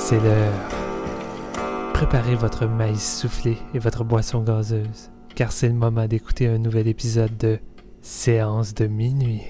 C'est l'heure. Préparez votre maïs soufflé et votre boisson gazeuse, car c'est le moment d'écouter un nouvel épisode de Séance de minuit.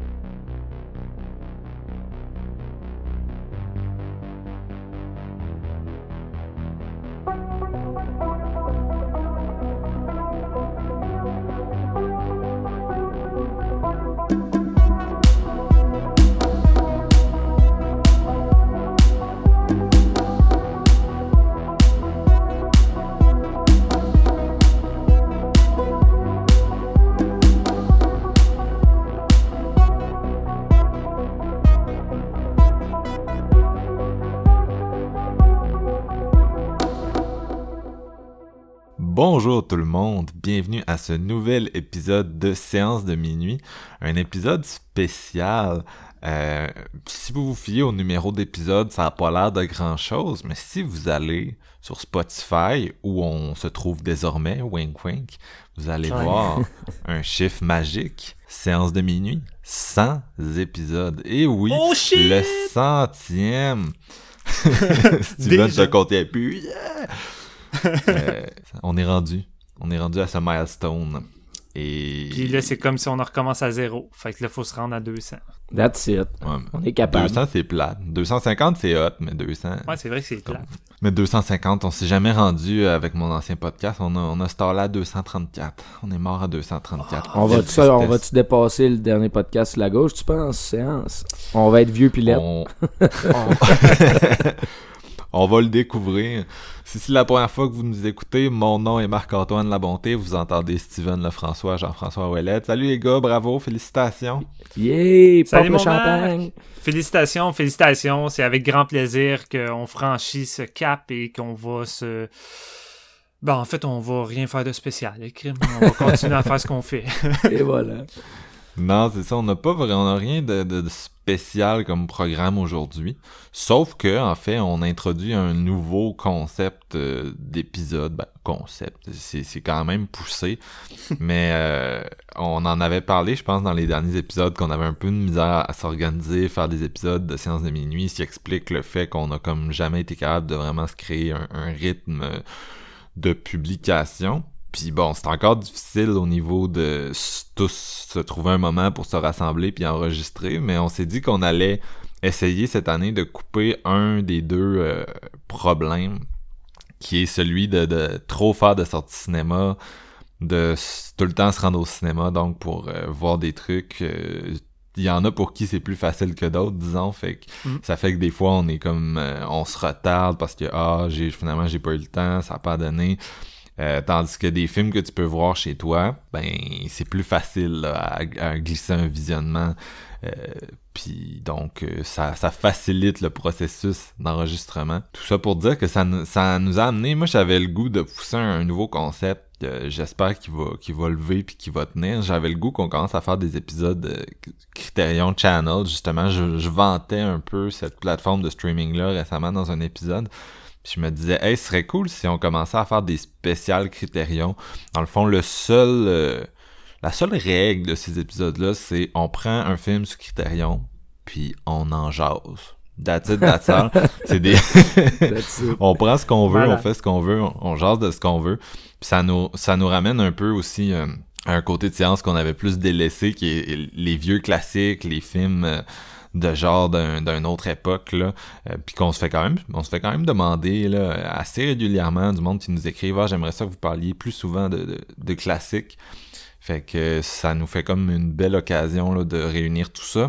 Bonjour tout le monde, bienvenue à ce nouvel épisode de Séance de minuit, un épisode spécial. Si vous vous fiez au numéro d'épisode, ça n'a pas l'air de grand-chose, mais si vous allez sur Spotify, où on se trouve désormais, wink wink, vous allez voir un chiffre magique, Séance de minuit, 100 épisodes. Et oui, le 100e! Steven te comptait plus, yeah! On est rendu à ce milestone. Et puis là, c'est comme si on en recommence à zéro. Fait que là, faut se rendre à 200. That's it. Ouais, on est capable. 200, c'est plate. 250, c'est hot, mais 200... Ouais, c'est vrai que c'est plate. Mais 250, on s'est jamais rendu avec mon ancien podcast. On a stallé à 234. On est mort à 234. On va-tu dépasser le dernier podcast sur la gauche, tu penses, séance? On va être vieux pilote. On va le découvrir. Si c'est la première fois que vous nous écoutez, mon nom est Marc-Antoine Labonté. Vous entendez Steven Lefrançois, Jean-François Ouellette. Salut les gars, bravo, félicitations. Yeah, salut pop le champagne. Félicitations. C'est avec grand plaisir qu'on franchit ce cap et qu'on va se... Ben, en fait, on va rien faire de spécial, les crimes. On va continuer à faire ce qu'on fait. Et voilà. Non, c'est ça, on n'a rien de spécial comme programme aujourd'hui, sauf que en fait, on introduit un nouveau concept d'épisode. Ben, concept, c'est quand même poussé, mais on en avait parlé, je pense, dans les derniers épisodes, qu'on avait un peu de misère à s'organiser, faire des épisodes de séance de minuit, ce qui explique le fait qu'on a comme jamais été capable de vraiment se créer un rythme de publication. Puis bon, c'est encore difficile au niveau de tous se trouver un moment pour se rassembler puis enregistrer, mais on s'est dit qu'on allait essayer cette année de couper un des deux problèmes, qui est celui de trop faire de sorties cinéma, de tout le temps se rendre au cinéma, donc pour voir des trucs... il y en a pour qui c'est plus facile que d'autres, disons, fait que ça fait que des fois on est comme... on se retarde parce que finalement j'ai pas eu le temps, ça a pas donné... tandis que des films que tu peux voir chez toi, ben c'est plus facile là, à glisser un visionnement, puis donc ça facilite le processus d'enregistrement. Tout ça pour dire que ça nous a amené, moi j'avais le goût de pousser un nouveau concept, j'espère qu'il va lever puis qu'il va tenir. J'avais le goût qu'on commence à faire des épisodes Criterion Channel, justement, je vantais un peu cette plateforme de streaming là récemment dans un épisode. Puis je me disais, hey, ce serait cool si on commençait à faire des spéciales Criterion. Dans le fond, la seule règle de ces épisodes-là, c'est on prend un film sur Criterion, puis on en jase. That's it, that's all. C'est des... on prend ce qu'on veut, voilà. On fait ce qu'on veut, on jase de ce qu'on veut. Puis ça nous ramène un peu aussi à un côté de séance qu'on avait plus délaissé, qui est les vieux classiques, les films... de genre d'une autre époque là, puis qu'on se fait quand même demander là assez régulièrement du monde qui nous écrivent j'aimerais ça que vous parliez plus souvent de classiques, fait que ça nous fait comme une belle occasion là de réunir tout ça.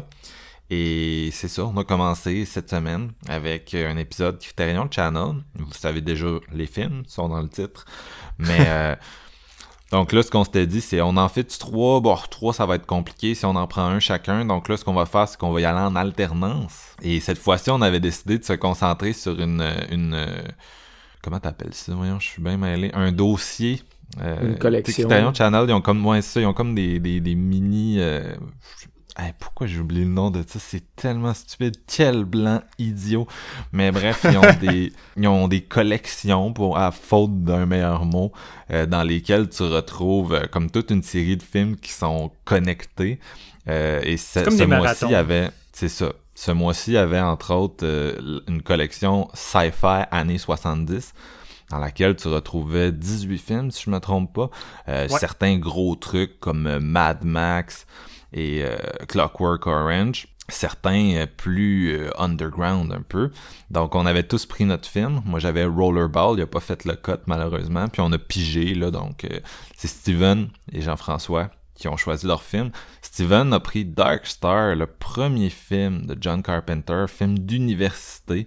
Et c'est ça, on a commencé cette semaine avec un épisode Criterion Channel. Vous savez déjà, les films sont dans le titre, mais donc là, ce qu'on s'était dit, c'est on en fait 3. Bon, 3, ça va être compliqué si on en prend un chacun. Donc là, ce qu'on va faire, c'est qu'on va y aller en alternance. Et cette fois-ci, on avait décidé de se concentrer sur une comment t'appelles ça? Voyons, je suis bien mêlé. Un dossier. Une collection. Criterion Channel, ils ont comme des mini... Hey, pourquoi j'ai oublié le nom de ça? C'est tellement stupide. Quel blanc idiot. Mais bref, ils ont des collections, à faute d'un meilleur mot, dans lesquelles tu retrouves comme toute une série de films qui sont connectés. Et ce mois-ci, il y avait... C'est ça. Ce mois-ci, il y avait entre autres une collection sci-fi années 70 dans laquelle tu retrouvais 18 films, si je me trompe pas. Certains gros trucs comme Mad Max et Clockwork Orange. Certains plus underground un peu. Donc, on avait tous pris notre film. Moi, j'avais Rollerball. Il a pas fait le cut, malheureusement. Puis, on a pigé, là. Donc, c'est Steven et Jean-François qui ont choisi leur film. Steven a pris Dark Star, le premier film de John Carpenter, film d'université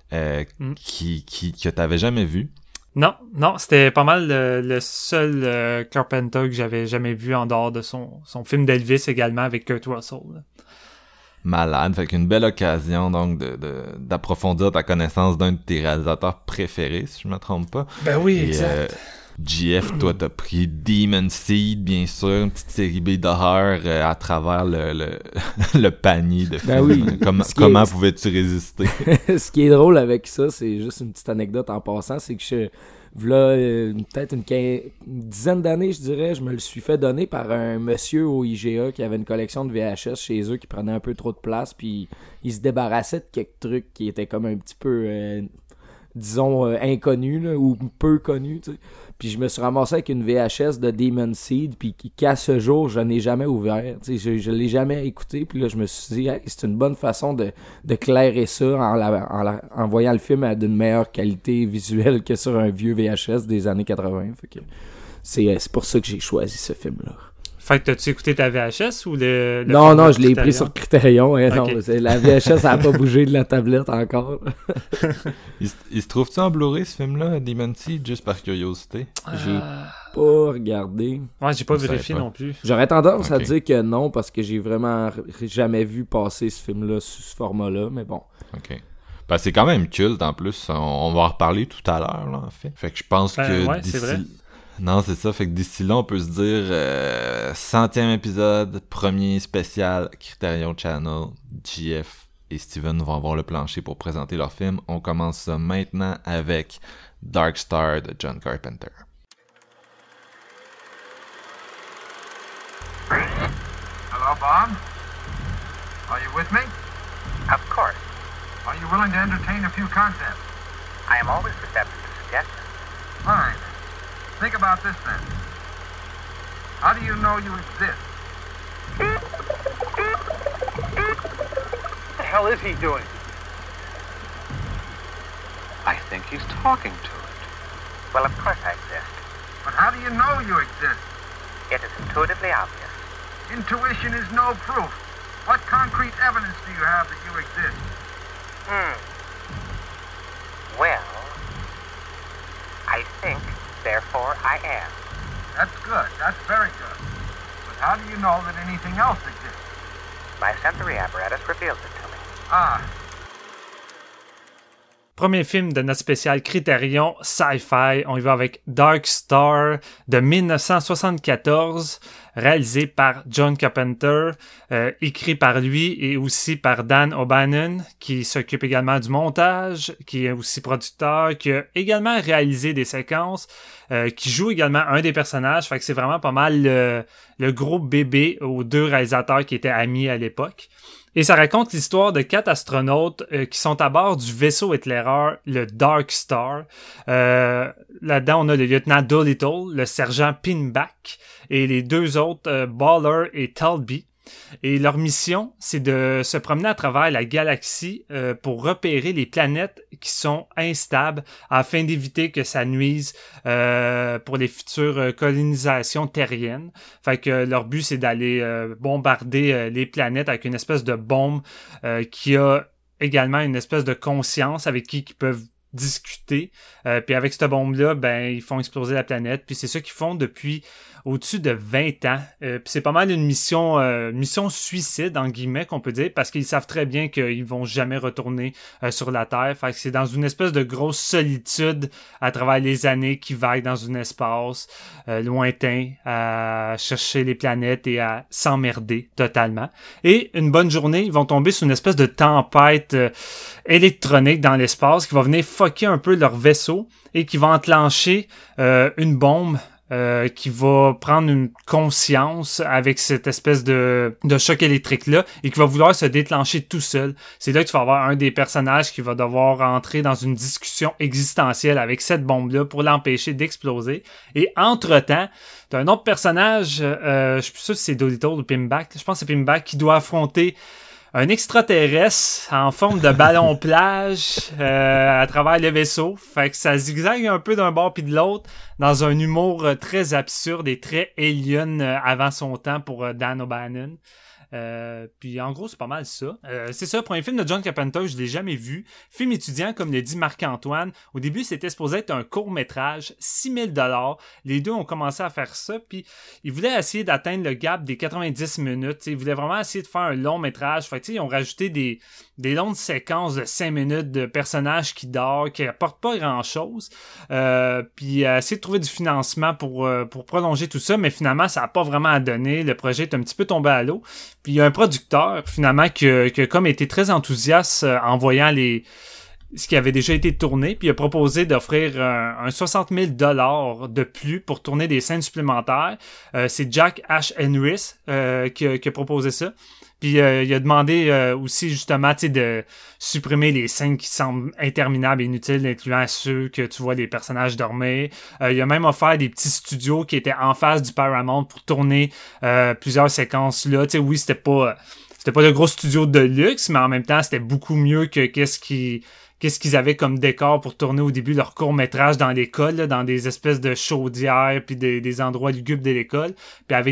que t'avais jamais vu. Non, c'était pas mal le seul Carpenter que j'avais jamais vu en dehors de son film d'Elvis également avec Kurt Russell. Là. Malade, fait qu'une belle occasion donc d'approfondir ta connaissance d'un de tes réalisateurs préférés, si je me trompe pas. Ben oui, exact. GF, toi, t'as pris Demon Seed, bien sûr, une petite série B d'horreur à travers le panier de films. Oui. Comment pouvais-tu résister? Ce qui est drôle avec ça, c'est juste une petite anecdote en passant, c'est que peut-être une dizaine d'années, je dirais, je me le suis fait donner par un monsieur au IGA qui avait une collection de VHS chez eux qui prenait un peu trop de place, puis il se débarrassait de quelques trucs qui étaient comme un petit peu, disons, inconnus, là, ou peu connus, tu sais. Puis je me suis ramassé avec une VHS de Demon Seed, puis qu'à ce jour, je n'ai jamais ouvert. Tu sais, je l'ai jamais écouté. Puis là, je me suis dit, hey, c'est une bonne façon de clairer ça en voyant le film d'une meilleure qualité visuelle que sur un vieux VHS des années 80. Fait que c'est pour ça que j'ai choisi ce film-là. Fait que t'as-tu écouté ta VHS ou le Non, je l'ai pris sur Criterion. Okay. Non, la VHS, ça n'a pas bougé de la tablette encore. Il se trouve-tu en Blu-ray, ce film-là, Demon Seed, juste par curiosité? J'ai pas regardé. Ouais, j'ai pas vérifié non plus. J'aurais tendance à dire que non, parce que j'ai vraiment jamais vu passer ce film-là sous ce format-là, mais bon. OK. Ben, c'est quand même culte, en plus. On va en reparler tout à l'heure, là, en fait. Fait que je pense que ouais, d'ici... c'est vrai. Non, c'est ça. Fait que d'ici là, on peut se dire 100e épisode, premier spécial, Criterion Channel, GF et Steven vont avoir le plancher pour présenter leur film. On commence ça maintenant avec Dark Star de John Carpenter. Hello, Bob? Are you with me? Of course. Are you willing to entertain a few concepts? I am always receptive to suggestions. Fine. Think about this then. How do you know you exist? What the hell is he doing? I think he's talking to it. Well, of course I exist. But how do you know you exist? It is intuitively obvious. Intuition is no proof. What concrete evidence do you have that you exist? Well, I think, therefore I am. That's good. That's very good. But how do you know that anything else exists? My sensory apparatus reveals it to me. Ah. Premier film de notre spécial Criterion Sci-Fi. On y va avec Dark Star de 1974, réalisé par John Carpenter, écrit par lui et aussi par Dan O'Bannon, qui s'occupe également du montage, qui est aussi producteur, qui a également réalisé des séquences, qui joue également un des personnages. Fait que c'est vraiment pas mal le gros bébé aux deux réalisateurs qui étaient amis à l'époque. Et ça raconte l'histoire de 4 astronautes qui sont à bord du vaisseau éclaireur, le Dark Star. Là-dedans, on a le lieutenant Doolittle, le sergent Pinback et les deux autres, Baller et Talby. Et leur mission, c'est de se promener à travers la galaxie pour repérer les planètes qui sont instables afin d'éviter que ça nuise pour les futures colonisations terriennes. Fait que leur but, c'est d'aller bombarder les planètes avec une espèce de bombe qui a également une espèce de conscience avec qui ils peuvent discuter. Puis avec cette bombe-là, ben ils font exploser la planète. Puis c'est ça qu'ils font depuis au-dessus de 20 ans. Puis c'est pas mal une mission suicide, en guillemets, qu'on peut dire, parce qu'ils savent très bien qu'ils vont jamais retourner sur la Terre. Fait que c'est dans une espèce de grosse solitude à travers les années qu'ils vaguent dans un espace lointain à chercher les planètes et à s'emmerder totalement. Et une bonne journée, ils vont tomber sur une espèce de tempête électronique dans l'espace qui va venir fucker un peu leur vaisseau et qui va enclencher une bombe qui va prendre une conscience avec cette espèce de choc électrique-là et qui va vouloir se déclencher tout seul. C'est là que tu vas avoir un des personnages qui va devoir entrer dans une discussion existentielle avec cette bombe-là pour l'empêcher d'exploser. Et entre-temps, t'as un autre personnage, je suis plus sûr si c'est Dolittle ou Pinback, je pense que c'est Pinback, qui doit affronter un extraterrestre en forme de ballon plage à travers le vaisseau. Fait que ça zigzague un peu d'un bord puis de l'autre dans un humour très absurde et très alien avant son temps pour Dan O'Bannon. Puis en gros c'est pas mal ça. C'est ça, premier film de John Carpenter, je l'ai jamais vu. Film étudiant comme le dit Marc-Antoine. Au début c'était supposé être un court-métrage, 6 000 $. Les deux ont commencé à faire ça, puis ils voulaient essayer d'atteindre le gap des 90 minutes. T'sais, ils voulaient vraiment essayer de faire un long-métrage. Fait que ils ont rajouté des longues séquences de 5 minutes de personnages qui dorment, qui apportent pas grand-chose. Puis essayer de trouver du financement pour prolonger tout ça, mais finalement ça a pas vraiment à donner. Le projet est un petit peu tombé à l'eau. Puis il y a un producteur, finalement, qui a comme été très enthousiaste en voyant ce qui avait déjà été tourné, puis il a proposé d'offrir un 60 000 $ de plus pour tourner des scènes supplémentaires. C'est Jack Ash Henris qui a proposé ça. Puis il a demandé aussi justement de supprimer les scènes qui semblent interminables et inutiles, incluant ceux que tu vois les personnages dormir. Il a même offert des petits studios qui étaient en face du Paramount pour tourner plusieurs séquences là. Oui, c'était pas le gros studio de luxe, mais en même temps c'était beaucoup mieux que qu'est-ce qu'ils avaient comme décor pour tourner au début leur court-métrage dans l'école, là, dans des espèces de chaudières puis des endroits lugubres de l'école, puis avec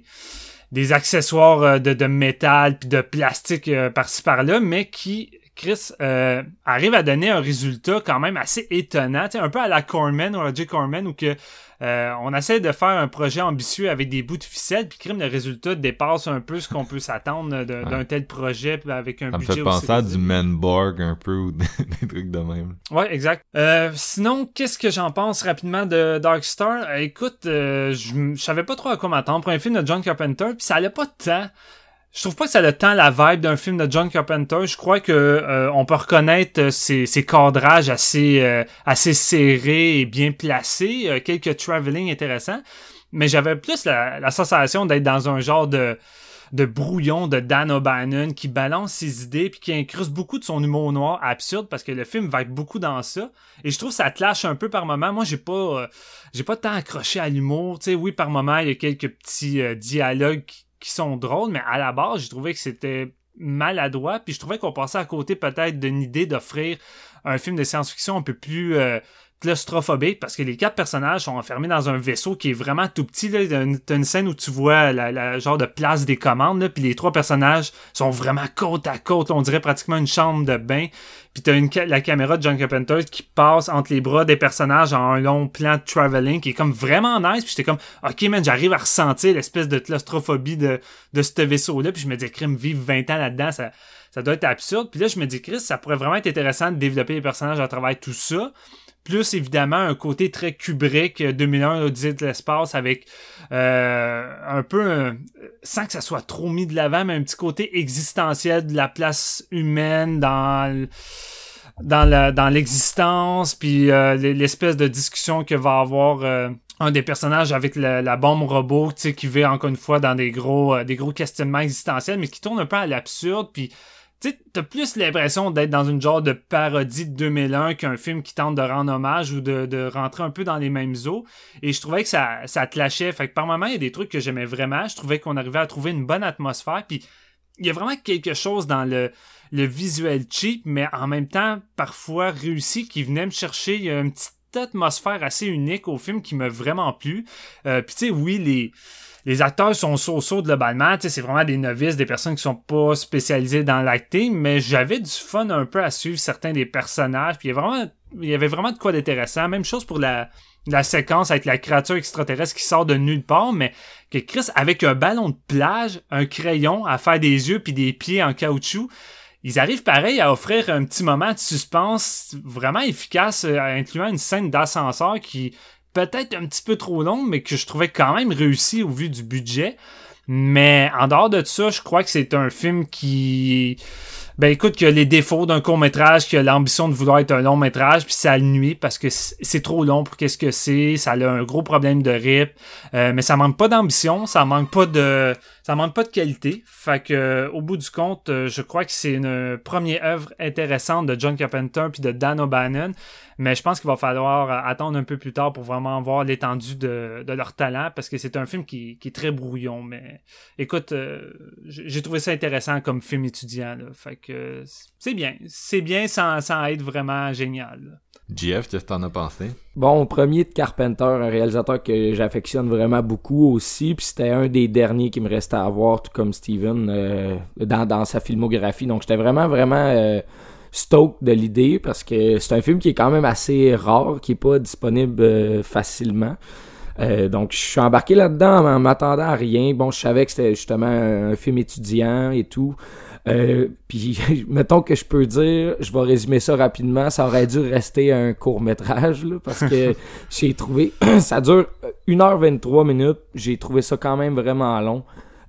des accessoires de métal puis de plastique par-ci par-là, mais qui, Chris, arrive à donner un résultat quand même assez étonnant, un peu à la Corman ou à Roger Corman, où que on essaie de faire un projet ambitieux avec des bouts de ficelle, puis le résultat dépasse un peu ce qu'on peut s'attendre d'un tel projet avec un budget aussi. Ça me fait penser à du Manborg un peu, ou des trucs de même. Ouais, exact. Sinon, qu'est-ce que j'en pense rapidement de Dark Star? Écoute, je savais pas trop à quoi m'attendre pour un film de John Carpenter, puis ça allait pas tant. Je trouve pas que ça a tant la vibe d'un film de John Carpenter. Je crois que on peut reconnaître ses cadrages assez serrés et bien placés, quelques travelling intéressants, mais j'avais plus la sensation d'être dans un genre de brouillon de Dan O'Bannon qui balance ses idées puis qui incruste beaucoup de son humour noir absurde, parce que le film va être beaucoup dans ça, et je trouve que ça te lâche un peu par moment. Moi j'ai pas tant accroché à l'humour, tu sais. Oui, par moment il y a quelques petits dialogues qui sont drôles, mais à la base, j'ai trouvé que c'était maladroit, puis je trouvais qu'on passait à côté peut-être d'une idée d'offrir un film de science-fiction un peu plus claustrophobique, parce que les 4 personnages sont enfermés dans un vaisseau qui est vraiment tout petit, là. T'as une scène où tu vois la genre de place des commandes, là, puis les 3 personnages sont vraiment côte à côte, on dirait pratiquement une chambre de bain, puis t'as la caméra de John Carpenter qui passe entre les bras des personnages en un long plan de travelling qui est comme vraiment nice, puis j'étais comme ok man, j'arrive à ressentir l'espèce de claustrophobie de ce vaisseau-là, puis je me dis crime, vivre 20 ans là-dedans, ça doit être absurde. Puis là je me dis Chris, ça pourrait vraiment être intéressant de développer les personnages à travers tout ça. Plus évidemment un côté très Kubrick, 2001 l'Odyssée de l'espace, avec un peu sans que ça soit trop mis de l'avant, mais un petit côté existentiel de la place humaine dans l'existence, puis l'espèce de discussion que va avoir un des personnages avec la bombe robot, tu sais, qui vit encore une fois dans des gros questionnements existentiels, mais qui tourne un peu à l'absurde, puis tu sais, t'as plus l'impression d'être dans une genre de parodie de 2001 qu'un film qui tente de rendre hommage ou de rentrer un peu dans les mêmes eaux. Et je trouvais que ça te lâchait. Fait que par moments, il y a des trucs que j'aimais vraiment. Je trouvais qu'on arrivait à trouver une bonne atmosphère. Puis il y a vraiment quelque chose dans le visuel cheap, mais en même temps, parfois réussi, qui venait me chercher. Il y a une petite atmosphère assez unique au film qui m'a vraiment plu. Puis tu sais, oui, les acteurs sont so-so globalement, tu sais, c'est vraiment des novices, des personnes qui sont pas spécialisées dans l'acting, mais j'avais du fun un peu à suivre certains des personnages, puis il y avait vraiment de quoi d'intéressant. Même chose pour la séquence avec la créature extraterrestre qui sort de nulle part, mais que Chris, avec un ballon de plage, un crayon à faire des yeux puis des pieds en caoutchouc, ils arrivent pareil à offrir un petit moment de suspense vraiment efficace, incluant une scène d'ascenseur qui peut-être un petit peu trop longue, mais que je trouvais quand même réussi au vu du budget. Mais en dehors de ça, je crois que c'est un film qui Ben écoute, qu'il y a les défauts d'un court-métrage, qu'il y a l'ambition de vouloir être un long-métrage, puis ça le nuit parce que c'est trop long pour qu'est-ce que c'est, ça a un gros problème de rythme, mais ça manque pas d'ambition, ça manque pas de qualité. Fait que au bout du compte, je crois que c'est une première œuvre intéressante de John Carpenter puis de Dan O'Bannon, mais je pense qu'il va falloir attendre un peu plus tard pour vraiment voir l'étendue de leur talent, parce que c'est un film qui est très brouillon. Mais écoute, j'ai trouvé ça intéressant comme film étudiant, là. Fait que c'est bien sans être vraiment génial, là. JF, qu'est-ce que t'en as pensé? Bon, premier de Carpenter, un réalisateur que j'affectionne vraiment beaucoup aussi, puis c'était un des derniers qui me restait à voir, tout comme Steven, dans sa filmographie. Donc j'étais vraiment stoked de l'idée, parce que c'est un film qui est quand même assez rare, qui est pas disponible facilement. Donc je suis embarqué là-dedans en m'attendant à rien. Bon, je savais que c'était justement un film étudiant et tout. Puis mettons que je peux dire, je vais résumer ça rapidement, ça aurait dû rester un court-métrage là, parce que j'ai trouvé ça dure 1h23 minutes, j'ai trouvé ça quand même vraiment long.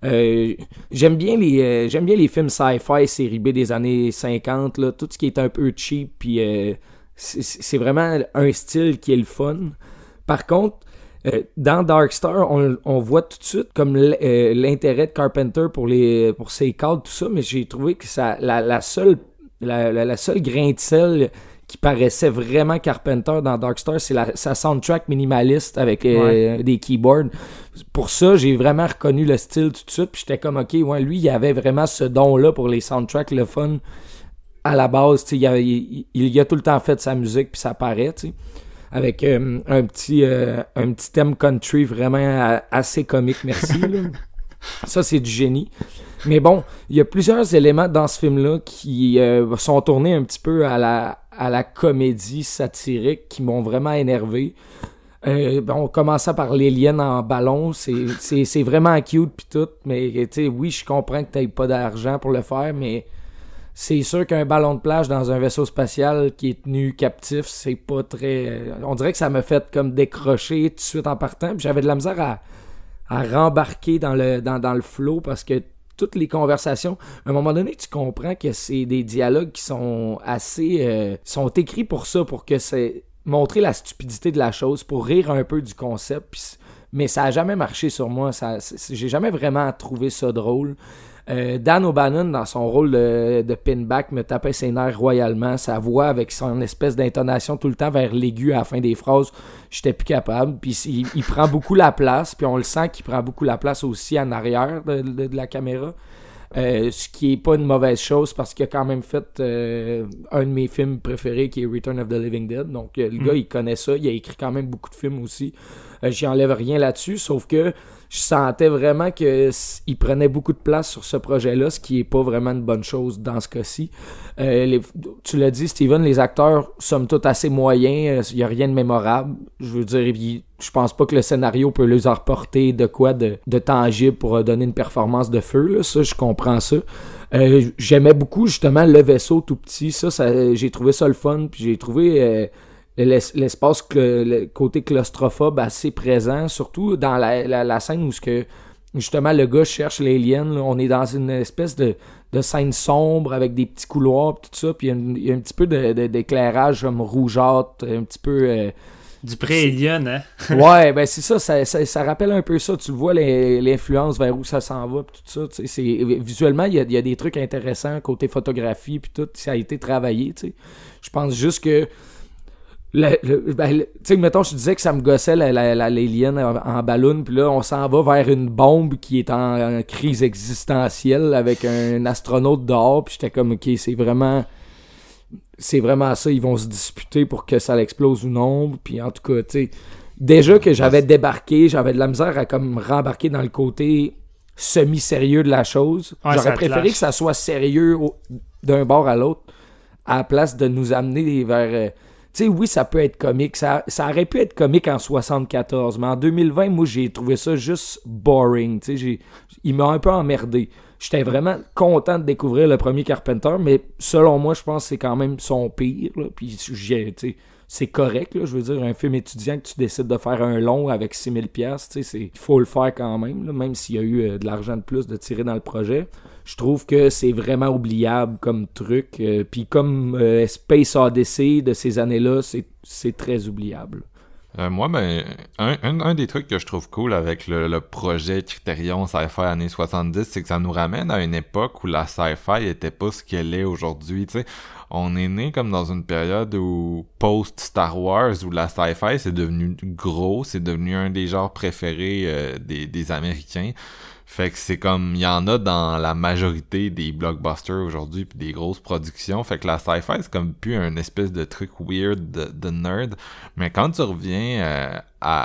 J'aime bien les films sci-fi série B des années 50 là, tout ce qui est un peu cheap, puis c'est vraiment un style qui est le fun. Par contre, dans Dark Star, on voit tout de suite comme l'intérêt de Carpenter pour ses cadres, tout ça, mais j'ai trouvé que la seule grain de sel qui paraissait vraiment Carpenter dans Dark Star, c'est sa soundtrack minimaliste avec des keyboards. Pour ça, j'ai vraiment reconnu le style tout de suite, puis j'étais comme, ok, ouais, lui, il avait vraiment ce don-là pour les soundtracks, le fun. À la base, il a tout le temps fait sa musique, puis ça paraît, tu sais. Avec un petit thème country vraiment assez comique, merci. Là. Ça, c'est du génie. Mais bon, il y a plusieurs éléments dans ce film-là qui sont tournés un petit peu à la comédie satirique qui m'ont vraiment énervé. On commençait par l'alien en ballon, c'est vraiment cute pis tout, mais tu sais, oui, je comprends que t'aies pas d'argent pour le faire, mais c'est sûr qu'un ballon de plage dans un vaisseau spatial qui est tenu captif, c'est pas très... On dirait que ça m'a fait comme décrocher tout de suite en partant. Puis j'avais de la misère à rembarquer dans le flow, parce que toutes les conversations, à un moment donné, tu comprends que c'est des dialogues qui sont assez... sont écrits pour ça, pour que c'est montrer la stupidité de la chose, pour rire un peu du concept. Mais ça a jamais marché sur moi. J'ai jamais vraiment trouvé ça drôle. Dan O'Bannon, dans son rôle de Pinback, me tapait ses nerfs royalement. Sa voix, avec son espèce d'intonation tout le temps vers l'aigu à la fin des phrases, j'étais plus capable. Puis il prend beaucoup la place, puis on le sent qu'il prend beaucoup la place aussi en arrière de la caméra. Ce qui est pas une mauvaise chose, parce qu'il a quand même fait un de mes films préférés, qui est Return of the Living Dead. Donc le gars, il connaît ça. Il a écrit quand même beaucoup de films aussi. J'y enlève rien là-dessus, sauf que je sentais vraiment qu'il prenait beaucoup de place sur ce projet-là, ce qui est pas vraiment une bonne chose dans ce cas-ci. Tu l'as dit, Steven, les acteurs somme toute assez moyens, il y a rien de mémorable. Je veux dire, je pense pas que le scénario peut leur apporter de quoi de tangible pour donner une performance de feu, là. Ça, je comprends ça. J'aimais beaucoup justement le vaisseau tout petit, ça j'ai trouvé ça le fun, puis j'ai trouvé l'espace, le côté claustrophobe assez présent, surtout dans la scène où justement le gars cherche l'alien, là. On est dans une espèce de scène sombre avec des petits couloirs pis tout ça, puis il y a un petit peu d'éclairage comme rougeâtre, un petit peu du pré-alien, hein? Ouais, ben c'est ça rappelle un peu ça. Tu le vois, l'influence vers où ça s'en va pis tout ça. Visuellement, il y a des trucs intéressants côté photographie puis tout, ça a été travaillé, tu sais. Je pense juste que tu sais, mettons, je disais que ça me gossait l'alien en ballon, puis là, on s'en va vers une bombe qui est en crise existentielle avec un astronaute dehors, puis j'étais comme, ok, c'est vraiment ça, ils vont se disputer pour que ça l'explose ou non, puis en tout cas, tu sais, déjà que j'avais débarqué, j'avais de la misère à comme rembarquer dans le côté semi-sérieux de la chose. Ouais, j'aurais préféré que ça soit sérieux d'un bord à l'autre, à la place de nous amener vers... tu sais, oui, ça peut être comique. Ça aurait pu être comique en 74, mais en 2020, moi, j'ai trouvé ça juste boring. Tu sais, il m'a un peu emmerdé. j'étais vraiment content de découvrir le premier Carpenter, mais selon moi, je pense que c'est quand même son pire, là. Puis c'est correct, là. Je veux dire, un film étudiant que tu décides de faire un long avec 6000$, tu sais, il faut le faire quand même, là, même s'il y a eu de l'argent de plus de tirer dans le projet. Je trouve que c'est vraiment oubliable comme truc. Puis comme Space Odyssey de ces années-là, c'est très oubliable. Moi, un des trucs que je trouve cool avec le projet Criterion Sci-Fi années 70, c'est que ça nous ramène à une époque où la sci-fi était pas ce qu'elle est aujourd'hui, tu sais. On est né comme dans une période où, post-Star Wars, où la sci-fi c'est devenu gros, c'est devenu un des genres préférés des Américains. Fait que c'est comme, il y en a dans la majorité des blockbusters aujourd'hui pis des grosses productions. Fait que la sci-fi, c'est comme plus un espèce de truc weird de nerd. Mais quand tu reviens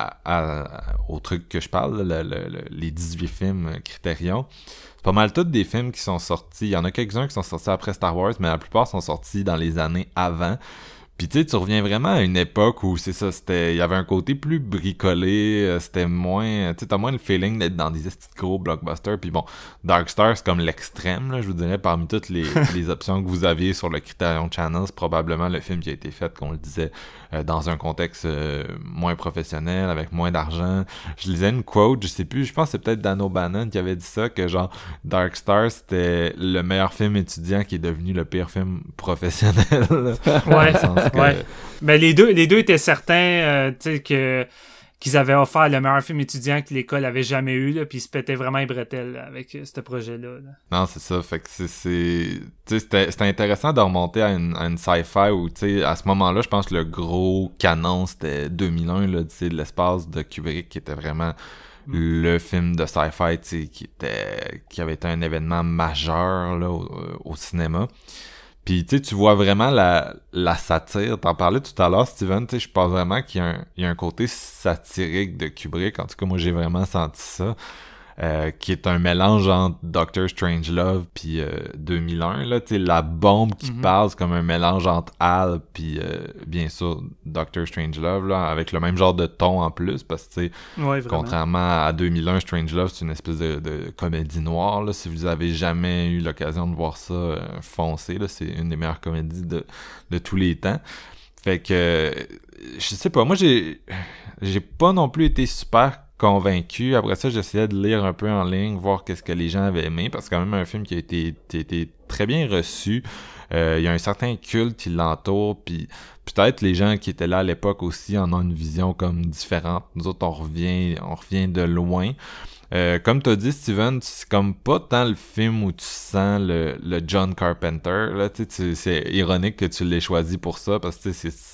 au truc que je parle, les 18 films Criterion, c'est pas mal tous des films qui sont sortis. Il y en a quelques-uns qui sont sortis après Star Wars, mais la plupart sont sortis dans les années avant. Puis tu sais, tu reviens vraiment à une époque où c'est ça, il y avait un côté plus bricolé, c'était moins, tu sais, t'as moins le feeling d'être dans des gros blockbusters. Puis bon, Dark Star, c'est comme l'extrême, là, je vous dirais, parmi toutes les options que vous aviez sur le Criterion Channel, c'est probablement le film qui a été fait, qu'on le disait, dans un contexte moins professionnel, avec moins d'argent. Je lisais une quote, je sais plus, je pense que c'est peut-être Dan O'Bannon qui avait dit ça, que genre, Dark Star, c'était le meilleur film étudiant qui est devenu le pire film professionnel. Ouais. Ouais. Mais les deux étaient certains qu'ils avaient offert le meilleur film étudiant que l'école avait jamais eu, là, puis ils se pétaient vraiment les bretelles avec ce projet-là. Là. Non, c'est ça. Fait que c'était intéressant de remonter à une sci-fi où, tu sais, à ce moment-là, je pense que le gros canon, c'était 2001, là, tu sais, de l'espace de Kubrick, qui était vraiment le film de sci-fi, tu sais, qui avait été un événement majeur, là, au cinéma. Puis tu sais, tu vois vraiment la satire. T'en parlais tout à l'heure, Steven. Tu sais, je pense vraiment qu'il y a un côté satirique de Kubrick. En tout cas, moi, j'ai vraiment senti ça. Qui est un mélange entre Doctor Strangelove puis 2001, là, tu sais, la bombe qui parle, c'est comme un mélange entre Hal puis bien sûr Doctor Strangelove, là, avec le même genre de ton en plus, parce que, tu sais, contrairement à 2001, Strangelove, c'est une espèce de comédie noire, là. Si vous avez jamais eu l'occasion de voir ça, foncez, là, c'est une des meilleures comédies de tous les temps. Fait que, je sais pas, moi, j'ai pas non plus été super convaincu. Après ça, j'essayais de lire un peu en ligne, voir qu'est-ce que les gens avaient aimé, parce que c'est quand même un film qui a été très bien reçu. Il y a un certain culte qui l'entoure, puis peut-être les gens qui étaient là à l'époque aussi en ont une vision comme différente. Nous autres, on revient de loin. Comme t'as dit, Steven, c'est comme pas tant le film où tu sens le John Carpenter. Là, c'est ironique que tu l'aies choisi pour ça, parce que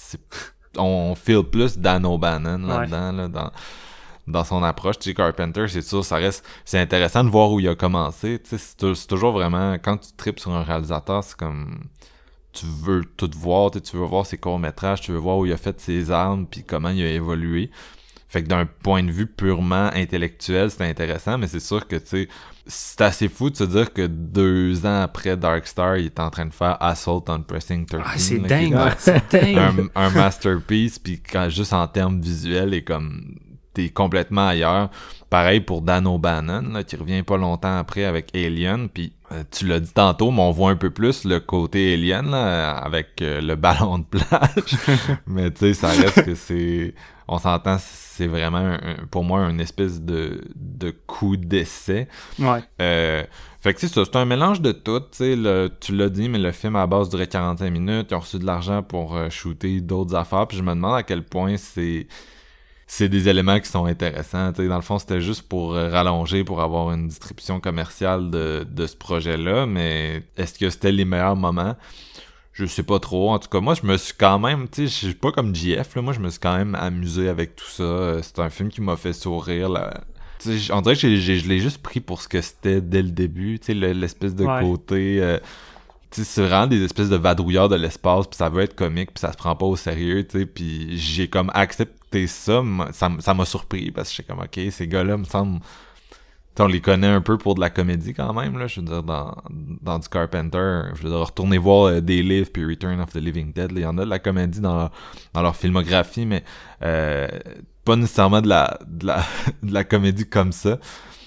on feel plus Dan O'Bannon là-dedans, là, dans son approche. Tu sais, Carpenter, c'est sûr, c'est intéressant de voir où il a commencé. Tu sais, c'est toujours vraiment, quand tu tripes sur un réalisateur, c'est comme, tu veux tout voir, tu veux voir ses courts-métrages, tu veux voir où il a fait ses armes, puis comment il a évolué. Fait que d'un point de vue purement intellectuel, c'est intéressant, mais c'est sûr que, tu sais, c'est assez fou de se dire que 2 ans après Dark Star, il est en train de faire Assault on Precinct 13. Ah, c'est dingue, c'est dingue! Un masterpiece, puis juste en termes visuels, et comme, t'es complètement ailleurs. Pareil pour Dan O'Bannon, là, qui revient pas longtemps après avec Alien, puis tu l'as dit tantôt, mais on voit un peu plus le côté Alien, là, avec le ballon de plage. Mais tu sais, ça reste que on s'entend, c'est vraiment, pour moi, une espèce de coup d'essai. Ouais. Fait que c'est un mélange de tout, tu sais, tu l'as dit, mais le film à la base durait 45 minutes, ils ont reçu de l'argent pour shooter d'autres affaires, puis je me demande à quel point c'est des éléments qui sont intéressants. Tu sais, dans le fond, c'était juste pour rallonger, pour avoir une distribution commerciale de ce projet-là, mais est-ce que c'était les meilleurs moments? Je sais pas trop. En tout cas, moi, je me suis quand même, tu sais, je suis pas comme JF, là, moi, je me suis quand même amusé avec tout ça. C'est un film qui m'a fait sourire, là. Tu sais, on dirait que je l'ai juste pris pour ce que c'était dès le début, tu sais, l'espèce de côté... tu sais, c'est vraiment des espèces de vadrouilleurs de l'espace, puis ça veut être comique, puis ça se prend pas au sérieux, tu sais, puis j'ai comme accepté ça m'a surpris, parce que j'étais comme, ok, ces gars-là, me semble... on les connaît un peu pour de la comédie quand même, là, je veux dire, dans du Carpenter, je veux dire, retournez voir Des Live puis Return of the Living Dead, là, il y en a de la comédie dans leur filmographie, mais pas nécessairement de la comédie comme ça.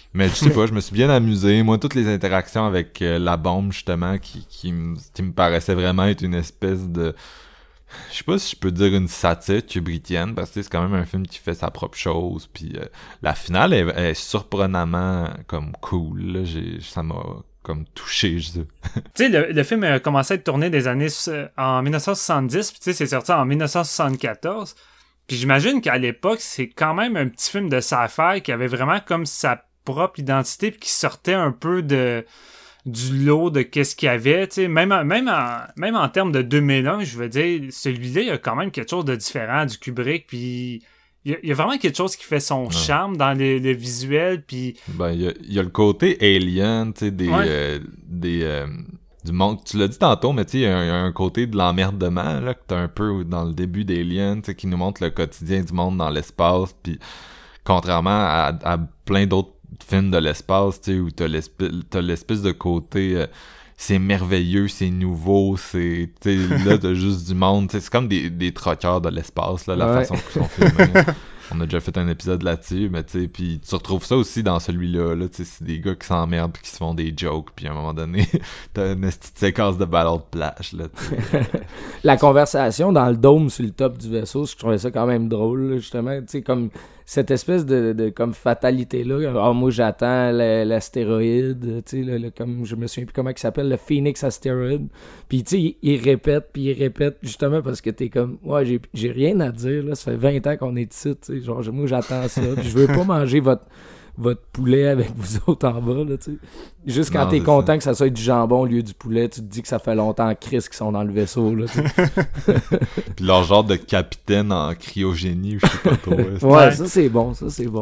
Mais je sais pas, je me suis bien amusé. Moi, toutes les interactions avec la bombe, justement, qui me paraissait vraiment être une espèce de... Je sais pas si je peux dire une satire kubrickienne, parce que c'est quand même un film qui fait sa propre chose, puis la finale est surprenamment comme cool, là. Ça m'a comme touché, je sais. Tu sais, le film a commencé à être tourné en 1970, puis tu sais, c'est sorti en 1974, puis j'imagine qu'à l'époque, c'est quand même un petit film de sci-fi qui avait vraiment comme sa propre identité, puis qui sortait un peu du lot de qu'est-ce qu'il y avait, tu sais, même en termes de 2001, je veux dire, celui-là, il y a quand même quelque chose de différent du Kubrick, puis il y a vraiment quelque chose qui fait son charme dans le visuel, puis... Ben, il y a le côté alien, tu sais, du monde, tu l'as dit tantôt, mais tu sais, il y a un côté de l'emmerdement, là, que t'as un peu dans le début d'Alien, tu sais, qui nous montre le quotidien du monde dans l'espace, puis contrairement à plein d'autres film de l'espace, tu sais, où t'as l'espèce de côté c'est merveilleux, c'est nouveau, c'est, tu sais, là t'as juste du monde, tu sais, c'est comme des troqueurs de l'espace, là, la façon qu'ils sont filmés. On a déjà fait un épisode là-dessus, mais tu sais, puis tu retrouves ça aussi dans celui-là, là, tu sais, c'est des gars qui s'emmerdent pis qui se font des jokes, puis à un moment donné, t'as une petite séquence de ballon de plage, là, La conversation dans le dôme sur le top du vaisseau, je trouvais ça quand même drôle, là, justement, tu sais, comme cette espèce de comme fatalité-là. Ah, moi, j'attends l'astéroïde, tu sais, comme je me souviens plus comment il s'appelle, le Phoenix Asteroid. Puis, tu sais, il répète, justement parce que t'es comme, ouais, j'ai rien à dire, là, ça fait 20 ans qu'on est ici, tu sais, genre, moi, j'attends ça, puis je veux pas manger votre poulet avec vous autres en bas, là, tu sais. Juste quand t'es content que ça soit du jambon au lieu du poulet, tu te dis que ça fait longtemps Chris qu'ils sont dans le vaisseau, là, tu sais. Puis leur genre de capitaine en cryogénie, ou je sais pas trop. Ouais, ça c'est bon.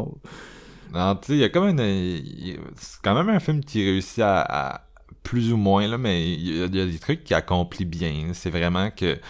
Non, tu sais, il y a comme c'est quand même un film qui réussit à plus ou moins, là, mais il y a des trucs qui accomplit bien. C'est vraiment que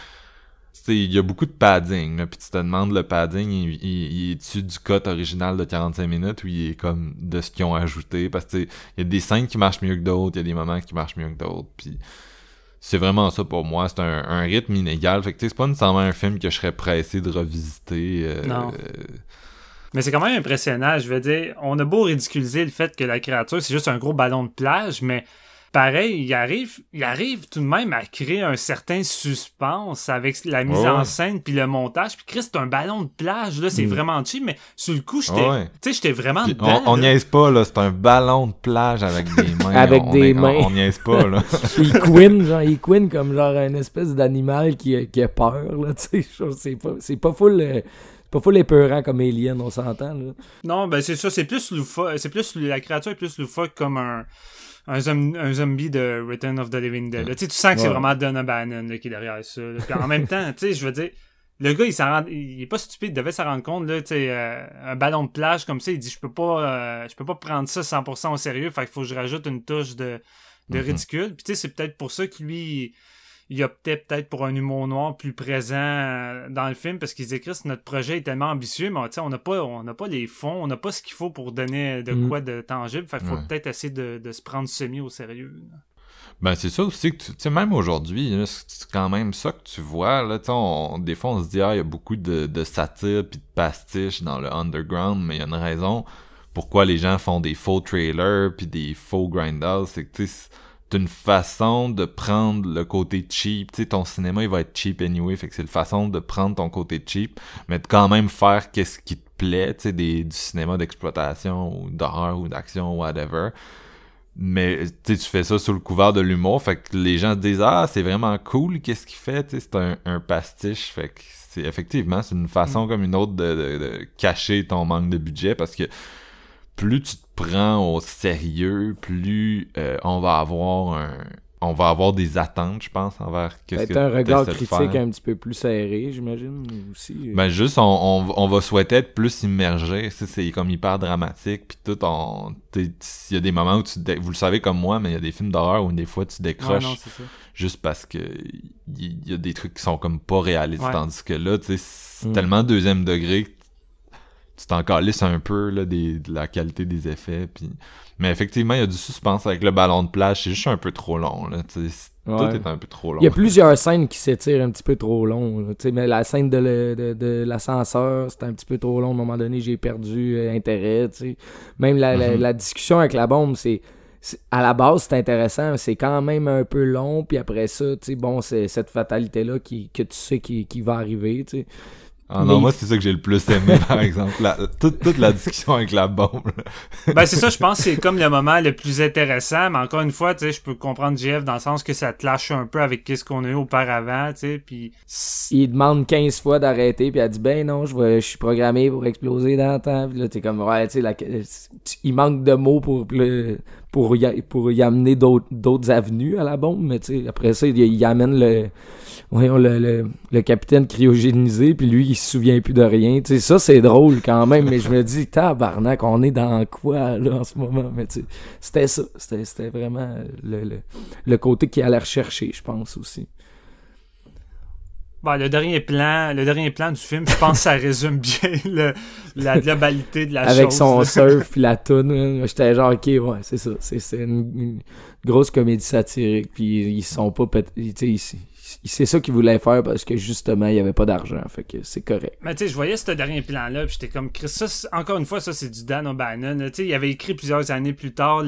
il y a beaucoup de padding, là, puis tu te demandes le padding, il est-tu du cut original de 45 minutes ou il est comme de ce qu'ils ont ajouté, parce que il y a des scènes qui marchent mieux que d'autres, il y a des moments qui marchent mieux que d'autres, puis c'est vraiment ça pour moi, c'est un rythme inégal, fait que c'est pas nécessairement un film que je serais pressé de revisiter. Non. Mais c'est quand même impressionnant, je veux dire, on a beau ridiculiser le fait que la créature c'est juste un gros ballon de plage, mais pareil, il arrive tout de même à créer un certain suspense avec la mise en scène puis le montage. Puis Chris, c'est un ballon de plage, là, c'est vraiment cheap, mais sur le coup, j'étais vraiment puis dedans. On niaise pas, là, c'est un ballon de plage avec des mains. On niaise pas, là. il couine comme genre une espèce d'animal qui a peur, là, tu sais, c'est pas full... pas full épeurant comme Alien, on s'entend, là. Non, ben c'est ça, c'est plus loufoque, la créature est plus loufoque comme un zombie de Return of the Living Dead. Tu sens que c'est vraiment Don O'Bannon là, qui est derrière ça. Là. Puis en même temps, tu sais, je veux dire, le gars, il est pas stupide, il devait s'en rendre compte, là, tu sais, un ballon de plage comme ça, il dit, je peux pas prendre ça 100% au sérieux, fait qu'il faut que je rajoute une touche de ridicule. Puis tu sais, c'est peut-être pour ça que lui, il optait peut-être pour un humour noir plus présent dans le film, parce qu'ils écrivent notre projet est tellement ambitieux, mais on n'a pas les fonds, on n'a pas ce qu'il faut pour donner de quoi de tangible, fait qu'il faut peut-être essayer de se prendre semi au sérieux. Là. Ben c'est ça aussi que tu sais, même aujourd'hui, là, c'est quand même ça que tu vois, là, tu sais, des fois on se dit, il y a beaucoup de satire pis de pastiche dans le underground, mais il y a une raison pourquoi les gens font des faux trailers pis des faux grindhouse, c'est que tu sais, c'est une façon de prendre le côté cheap. Tu sais, ton cinéma, il va être cheap anyway, fait que c'est une façon de prendre ton côté cheap, mais de quand même faire qu'est-ce qui te plaît, tu sais, du cinéma d'exploitation, ou d'horreur, ou d'action, whatever. Mais, tu sais, tu fais ça sous le couvert de l'humour, fait que les gens te disent « Ah, c'est vraiment cool, qu'est-ce qu'il fait? » Tu sais, c'est un pastiche, fait que c'est effectivement, c'est une façon comme une autre de cacher ton manque de budget, parce que plus tu te prends au sérieux, plus on va avoir des attentes, je pense, envers qu'est-ce que un regard t'essaies de critique faire. un petit peu plus serré, j'imagine, aussi. Ben juste, on va souhaiter être plus immergé, c'est comme hyper dramatique, puis tout, il y a des moments où vous le savez comme moi, mais il y a des films d'horreur où des fois tu décroches juste parce que il y a des trucs qui sont comme pas réalistes, tandis que là, tu sais, c'est tellement deuxième degré tu t'en calisses un peu là, de la qualité des effets. Puis... Mais effectivement, il y a du suspense avec le ballon de plage. C'est juste un peu trop long. Là, tout est un peu trop long. Il y a plusieurs scènes qui s'étirent un petit peu trop long. Mais la scène de l'ascenseur, c'était un petit peu trop long. À un moment donné, j'ai perdu intérêt. T'sais. Même la discussion avec la bombe, à la base, c'est intéressant, mais c'est quand même un peu long. Puis après ça, bon, c'est cette fatalité-là que tu sais qui va arriver. T'sais. Ah non, moi, c'est ça que j'ai le plus aimé, par exemple. Toute la discussion avec la bombe. Ben, c'est ça, je pense que c'est comme le moment le plus intéressant, mais encore une fois, tu sais, je peux comprendre JF dans le sens que ça te lâche un peu avec ce qu'on a eu auparavant, tu sais, puis... Il demande 15 fois d'arrêter, puis elle dit, ben non, je suis programmé pour exploser dans le temps, puis là, t'es comme, ouais, tu sais, il manque de mots pour y amener d'autres avenues à la bombe, mais tu sais, après ça, il amène le capitaine cryogénisé, puis lui, il se souvient plus de rien. Tu sais, ça, c'est drôle quand même, mais je me dis, tabarnak, on est dans quoi, là, en ce moment? Mais tu sais, c'était ça. C'était vraiment le côté qu'il allait rechercher, je pense, aussi. Bon, le dernier plan du film, je pense que ça résume bien la globalité de la chose. Avec son surf puis la toune, j'étais genre, ok, ouais, c'est ça. C'est une grosse comédie satirique, puis ils sont pas... C'est ça qu'ils voulaient faire parce que justement, il n'y avait pas d'argent. Fait que c'est correct. Mais tu sais, je voyais ce dernier plan-là, puis j'étais comme... Ça, encore une fois, ça, c'est du Dan O'Bannon. Tu sais, il avait écrit plusieurs années plus tard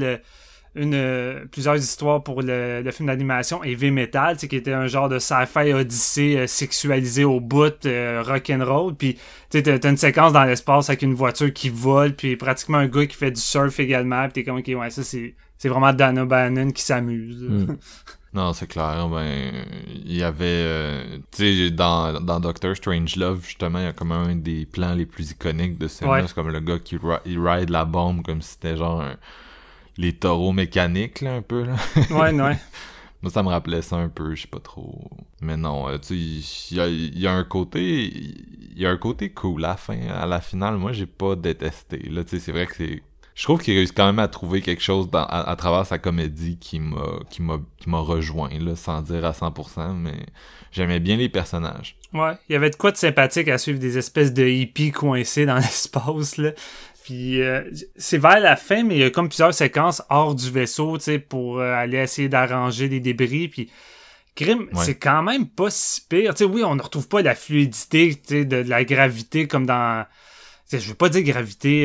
plusieurs histoires pour le film d'animation Heavy Metal, qui était un genre de sci-fi odyssée sexualisé au bout, rock'n'roll. Puis tu sais, t'as une séquence dans l'espace avec une voiture qui vole, puis pratiquement un gars qui fait du surf également. Puis t'es comme, ok, ouais, ça, c'est vraiment Dan O'Bannon qui s'amuse. Non, c'est clair. Ben, il y avait... tu sais, dans Doctor Strangelove, justement, il y a comme un des plans les plus iconiques de ce film-là. C'est comme le gars qui ride la bombe comme si c'était genre les taureaux mécaniques, là, un peu. Là. Ouais. Moi, ça me rappelait ça un peu, je sais pas trop. Mais non, tu sais, il y a un côté... Il y a un côté cool à la fin. À la finale, moi, j'ai pas détesté. Là, tu sais, c'est vrai que c'est... Je trouve qu'il réussit quand même à trouver quelque chose à travers sa comédie qui m'a rejoint, là, sans dire à 100%, mais j'aimais bien les personnages. Ouais, il y avait de quoi de sympathique à suivre des espèces de hippies coincés dans l'espace, là. Puis c'est vers la fin, mais il y a comme plusieurs séquences hors du vaisseau, tu sais, pour aller essayer d'arranger des débris, puis... Grim, c'est quand même pas si pire. Tu sais, oui, on ne retrouve pas la fluidité, tu sais, de la gravité comme dans... Je veux pas dire gravité,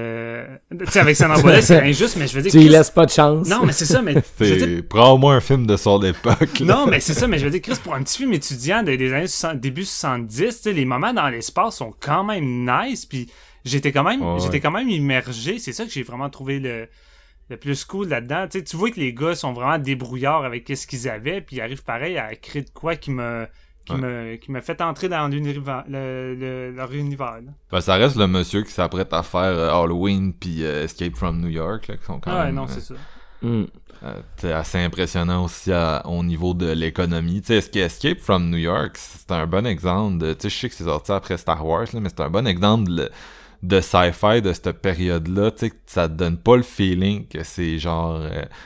tu sais, avec Sandra c'est injuste, mais je veux dire... Tu lui laisses pas de chance. Non, mais c'est ça, mais... Prends au moins un film de son époque. Non, mais c'est ça, mais je veux dire, Chris, pour un petit film étudiant des années début 70, tu sais, les moments dans l'espace sont quand même nice, puis j'étais quand même immergé. C'est ça que j'ai vraiment trouvé le plus cool là-dedans. Tu vois que les gars sont vraiment débrouillards avec ce qu'ils avaient, puis ils arrivent pareil à créer de quoi qui m'a fait entrer dans leur univers. Là. Ben, ça reste le monsieur qui s'apprête à faire Halloween puis Escape from New York, là, qui sont quand même... non, c'est ça. C'est assez impressionnant aussi au niveau de l'économie. Tu sais, Escape from New York, c'est un bon exemple de... Tu sais, je sais que c'est sorti après Star Wars, là, mais c'est un bon exemple de sci-fi de cette période-là. Tu sais, ça te donne pas le feeling que c'est genre...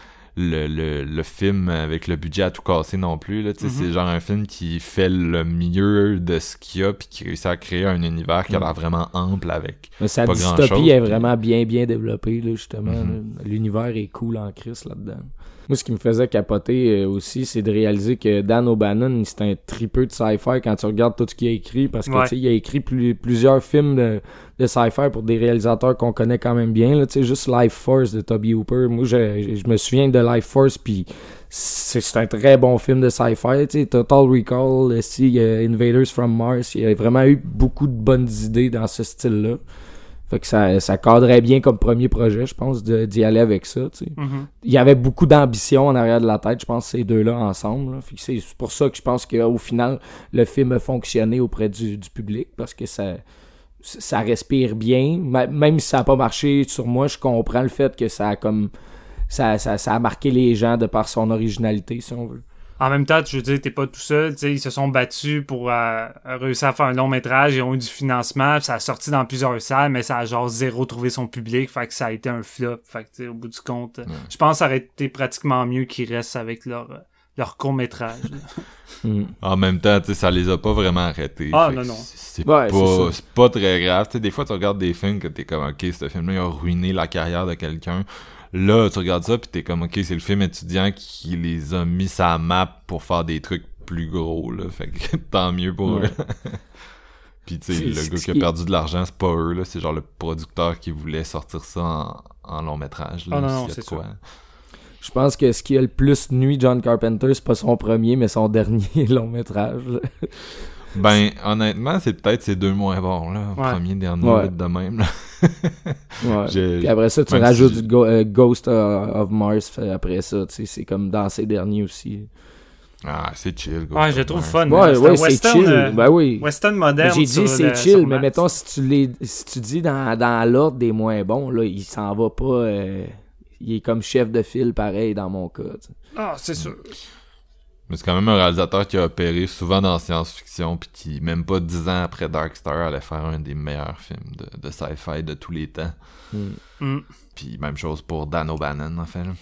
le film avec le budget à tout casser non plus là, c'est genre un film qui fait le mieux de ce qu'il y a puis qui réussit à créer un univers qui a l'air vraiment ample avec sa pas dystopie grand-chose, est vraiment bien développée là, justement. Là. L'univers est cool en crise là-dedans. Moi, ce qui me faisait capoter aussi, c'est de réaliser que Dan O'Bannon, c'est un tripeux de sci-fi quand tu regardes tout ce qu'il a écrit, parce que tu sais, il a écrit plusieurs films de sci-fi pour des réalisateurs qu'on connaît quand même bien. Là, juste Life Force de Toby Hooper. Moi, je me souviens de Life Force, puis c'est un très bon film de sci-fi. T'sais, Total Recall, aussi, Invaders from Mars. Il y a vraiment eu beaucoup de bonnes idées dans ce style-là. Fait que ça cadrait bien comme premier projet, je pense, d'y aller avec ça, tu sais. Il y avait beaucoup d'ambition en arrière de la tête, je pense, ces deux-là ensemble. Là. Fait que c'est pour ça que je pense qu'au final, le film a fonctionné auprès du public, parce que ça respire bien. Même si ça n'a pas marché sur moi, je comprends le fait que ça a comme... Ça a marqué les gens de par son originalité, si on veut. En même temps, je veux dire, t'es pas tout seul, tu sais, ils se sont battus pour réussir à faire un long métrage, ils ont eu du financement, puis ça a sorti dans plusieurs salles, mais ça a genre zéro trouvé son public, fait que ça a été un flop, fait que tu sais, au bout du compte, je pense que ça aurait été pratiquement mieux qu'ils restent avec leur court métrage. En même temps, tu sais, ça les a pas vraiment arrêtés. Ah non. c'est Ouais, c'est pas très grave. Tu sais, des fois, tu regardes des films que t'es comme, ok, ce film-là, il a ruiné la carrière de quelqu'un. Là, tu regardes ça, pis t'es comme, ok, c'est le film étudiant qui les a mis sur la map pour faire des trucs plus gros, là. Fait que tant mieux pour eux. Pis tu sais, le gars qui a perdu de l'argent, c'est pas eux, là. C'est genre le producteur qui voulait sortir ça en long métrage, là. Non, c'est quoi. Je pense que ce qui a le plus nuit John Carpenter, c'est pas son premier, mais son dernier long métrage. Ben, honnêtement, c'est peut-être ces deux moins bons, là. Premier, dernier, vite de même, là. Puis après ça, tu rajoutes du Ghost of Mars après ça, tu sais, c'est comme dans ces derniers aussi. Ah, c'est chill, Ghost Ouais, je le trouve fun. C'est chill. Ben oui. Western moderne. J'ai dit c'est chill, mais mettons, si tu dis dans l'ordre des moins bons, là, il s'en va pas... il est comme chef de file, pareil, dans mon cas. T'sais. Ah, c'est sûr. Mais c'est quand même un réalisateur qui a opéré souvent dans la science-fiction, puis qui, même pas 10 ans après Dark Star, allait faire un des meilleurs films de sci-fi de tous les temps. Puis même chose pour Dan O'Bannon, en fait. Là.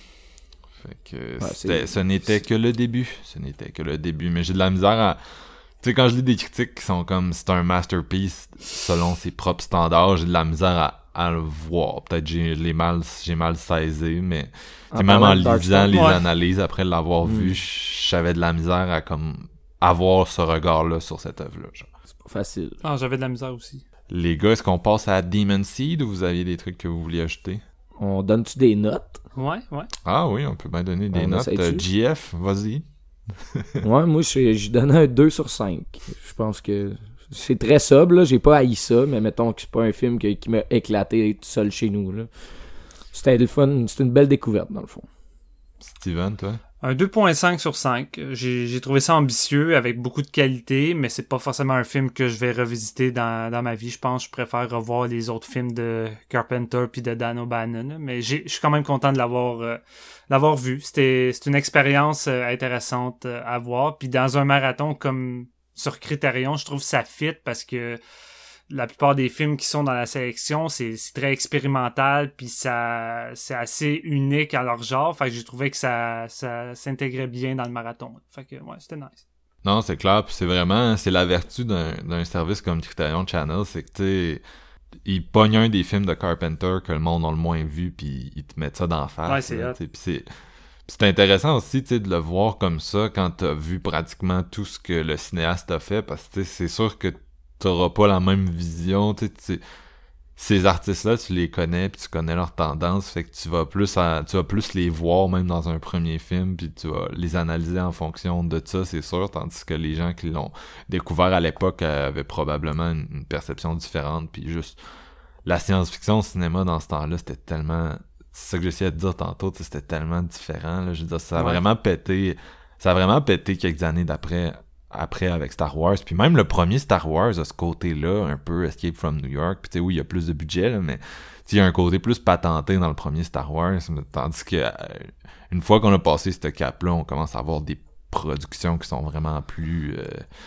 Fait que ce n'était que le début. Ce n'était que le début. Mais j'ai de la misère à... Tu sais, quand je lis des critiques qui sont comme c'est un masterpiece selon ses propres standards, j'ai de la misère à le voir. Peut-être j'ai mal saisi, mais même en lisant les analyses après l'avoir vu, j'avais de la misère à comme avoir ce regard-là sur cette œuvre-là. Genre. C'est pas facile. Ah, j'avais de la misère aussi. Les gars, est-ce qu'on passe à Demon Seed ou vous aviez des trucs que vous vouliez ajouter? On donne-tu des notes? Ouais. Ah oui, on peut bien donner des notes. JF, vas-y. Ouais, moi, j'ai donné un 2 sur 5. Je pense que c'est très sobre, là. J'ai pas haï ça, mais mettons que c'est pas un film qui m'a éclaté tout seul chez nous, là. C'était le fun. C'était une belle découverte, dans le fond. Steven, toi? Un 2.5 sur 5. J'ai trouvé ça ambitieux, avec beaucoup de qualité, mais c'est pas forcément un film que je vais revisiter dans ma vie. Je pense que je préfère revoir les autres films de Carpenter puis de Dan O'Bannon. Mais je suis quand même content de l'avoir vu. C'est une expérience intéressante à voir. Puis dans un marathon comme sur Criterion, je trouve ça fit parce que la plupart des films qui sont dans la sélection, c'est très expérimental, puis c'est assez unique à leur genre. Fait que j'ai trouvé que ça s'intégrait bien dans le marathon. Fait que ouais, c'était nice. Non, c'est clair, puis c'est la vertu d'un service comme Criterion Channel, c'est que tu sais, ils pognent un des films de Carpenter que le monde a le moins vu, puis ils te mettent ça d'en face. Ouais, c'est hot. Puis c'est intéressant aussi, tu sais, de le voir comme ça quand t'as vu pratiquement tout ce que le cinéaste a fait, parce que c'est sûr que t'auras pas la même vision, tu sais, ces artistes-là, tu les connais, puis tu connais leurs tendances, fait que tu vas plus les voir même dans un premier film, puis tu vas les analyser en fonction de ça, c'est sûr, tandis que les gens qui l'ont découvert à l'époque avaient probablement une perception différente, puis juste la science-fiction au cinéma dans ce temps-là, c'était tellement... C'est ça que j'essayais de dire tantôt, c'était tellement différent, là, je veux dire, ça a vraiment pété quelques années après avec Star Wars, puis même le premier Star Wars a ce côté-là, un peu Escape from New York, puis tu sais, oui, il y a plus de budget, là, mais il y a un côté plus patenté dans le premier Star Wars, tandis que une fois qu'on a passé ce cap-là, on commence à avoir des productions qui sont vraiment plus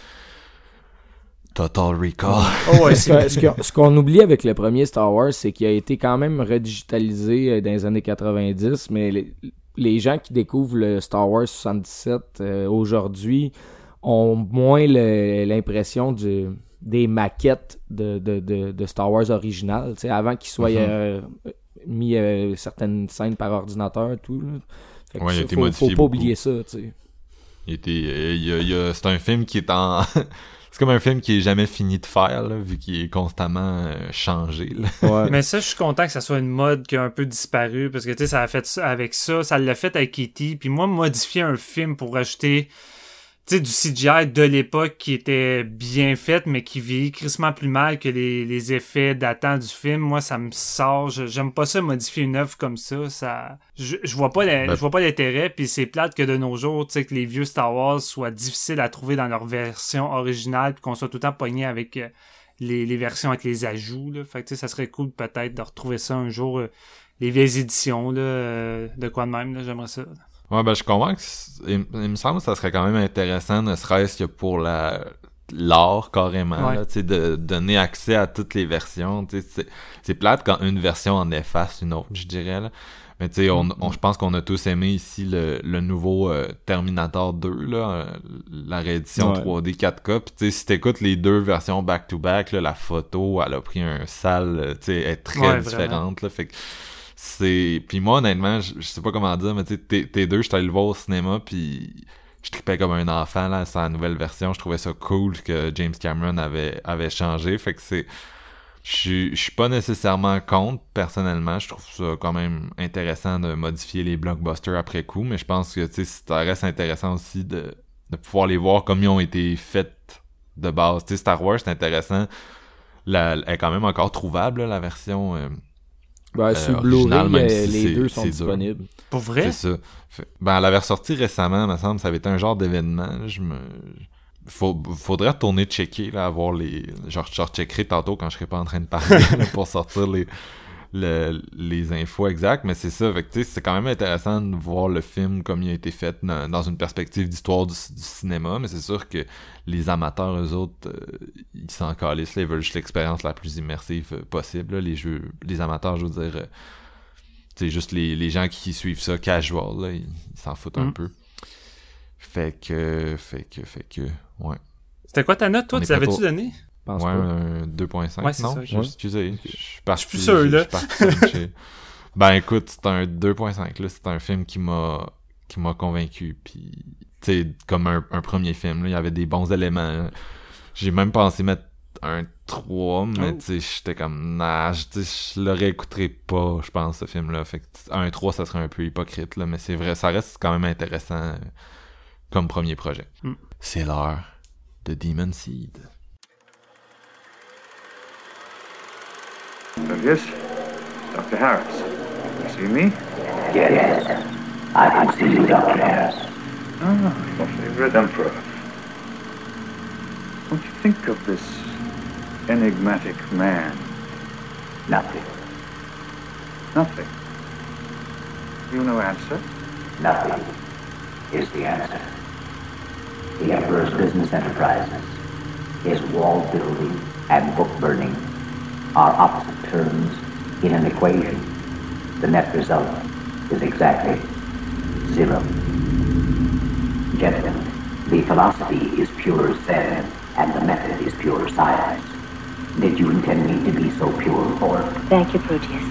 Total Recall. Oh ouais, ce qu'on oublie avec le premier Star Wars, c'est qu'il a été quand même redigitalisé dans les années 90, mais les gens qui découvrent le Star Wars 77 aujourd'hui ont moins l'impression des maquettes de Star Wars original, tu sais, avant qu'il soit mis certaines scènes par ordinateur et tout. Là. Fait que ouais, ça, il a été modifié. Faut pas oublier ça, tu sais. C'est un film qui est en... C'est comme un film qui est jamais fini de faire, là, vu qu'il est constamment changé. Là. Ouais. Mais ça, je suis content que ça soit une mode qui a un peu disparu, parce que, tu sais, ça a fait ça avec ça l'a fait avec E.T., puis moi, modifier un film pour rajouter... Tu sais, du CGI de l'époque qui était bien fait, mais qui vieillit crissement plus mal que les effets datants du film. Moi, ça me sort. J'aime pas ça, modifier une œuvre comme ça. Je vois pas l'intérêt, puis c'est plate que de nos jours, tu sais, que les vieux Star Wars soient difficiles à trouver dans leur version originale, puis qu'on soit tout le temps pogné avec les versions avec les ajouts, là. Fait que, tu sais, ça serait cool peut-être de retrouver ça un jour, les vieilles éditions, là, de quoi de même, là, j'aimerais ça. Ouais, ben je comprends que il me semble que ça serait quand même intéressant, ne serait-ce que pour l'art carrément, là, tu sais, de donner accès à toutes les versions. Tu sais, c'est plate quand une version en efface une autre, je dirais, là. Mais tu sais, je pense qu'on a tous aimé ici le nouveau Terminator 2, là, la réédition 3D 4K. Puis tu sais, si t'écoutes les deux versions back-to-back, là, la photo, elle a pris un sale, tu sais, elle est très différente, là, fait que c'est... Puis moi, honnêtement, je sais pas comment dire, mais tu sais, T2, j'étais allé le voir au cinéma, puis je trippais comme un enfant, là, sur la nouvelle version. Je trouvais ça cool que James Cameron avait changé, fait que c'est... Je suis pas nécessairement contre, personnellement. Je trouve ça quand même intéressant de modifier les blockbusters après coup, mais je pense que, tu sais, ça reste intéressant aussi de pouvoir les voir comme ils ont été faits de base. Tu sais, Star Wars, c'est intéressant. Elle est quand même encore trouvable, là, la version sur originale, Blu-ray, même si les deux sont c'est disponibles. Pour vrai? C'est ça. Elle avait ressorti récemment, me semble. Ça avait été un genre d'événement. Faudrait retourner checker, là, avoir les... Genre, je checkerai tantôt quand je serai pas en train de parler, là, pour sortir les infos exactes, mais c'est ça, fait que, tu sais, c'est quand même intéressant de voir le film comme il a été fait dans une perspective d'histoire du cinéma, mais c'est sûr que les amateurs, eux autres, ils s'en calissent, là, ils veulent juste l'expérience la plus immersive possible, là, les amateurs, je veux dire, c'est juste les gens qui suivent ça casual, là, ils s'en foutent un peu. Fait que, ouais. C'était quoi ta note, toi? Tu l'avais-tu donné? Pense ouais, pas. un 2.5. Ouais, c'est non, ça. Excusez, je suis parti. Je suis plus sûr, là. Ben, écoute, c'est un 2.5, là. C'est un film qui m'a convaincu, puis, tu sais, comme un premier film, là, il y avait des bons éléments, là. J'ai même pensé mettre un 3, mais tu sais, j'étais comme, nah, je le réécouterai pas, je pense, ce film-là. Fait que un 3, ça serait un peu hypocrite, là, mais c'est vrai, ça reste quand même intéressant comme premier projet. C'est l'heure de Demon Seed. Yes, Dr. Harris. You see me? Yes, I can see you, Dr. Harris. Ah, your favorite emperor. What do you think of this enigmatic man? Nothing. Nothing. You no answer? Nothing is the answer. The Emperor's business enterprises, his wall building and book burning, are opposite terms in an equation. The net result is exactly 0. Gentlemen, the philosophy is pure Zen, and the method is pure science. Did you intend me to be so pure, or... Thank you, Proteus.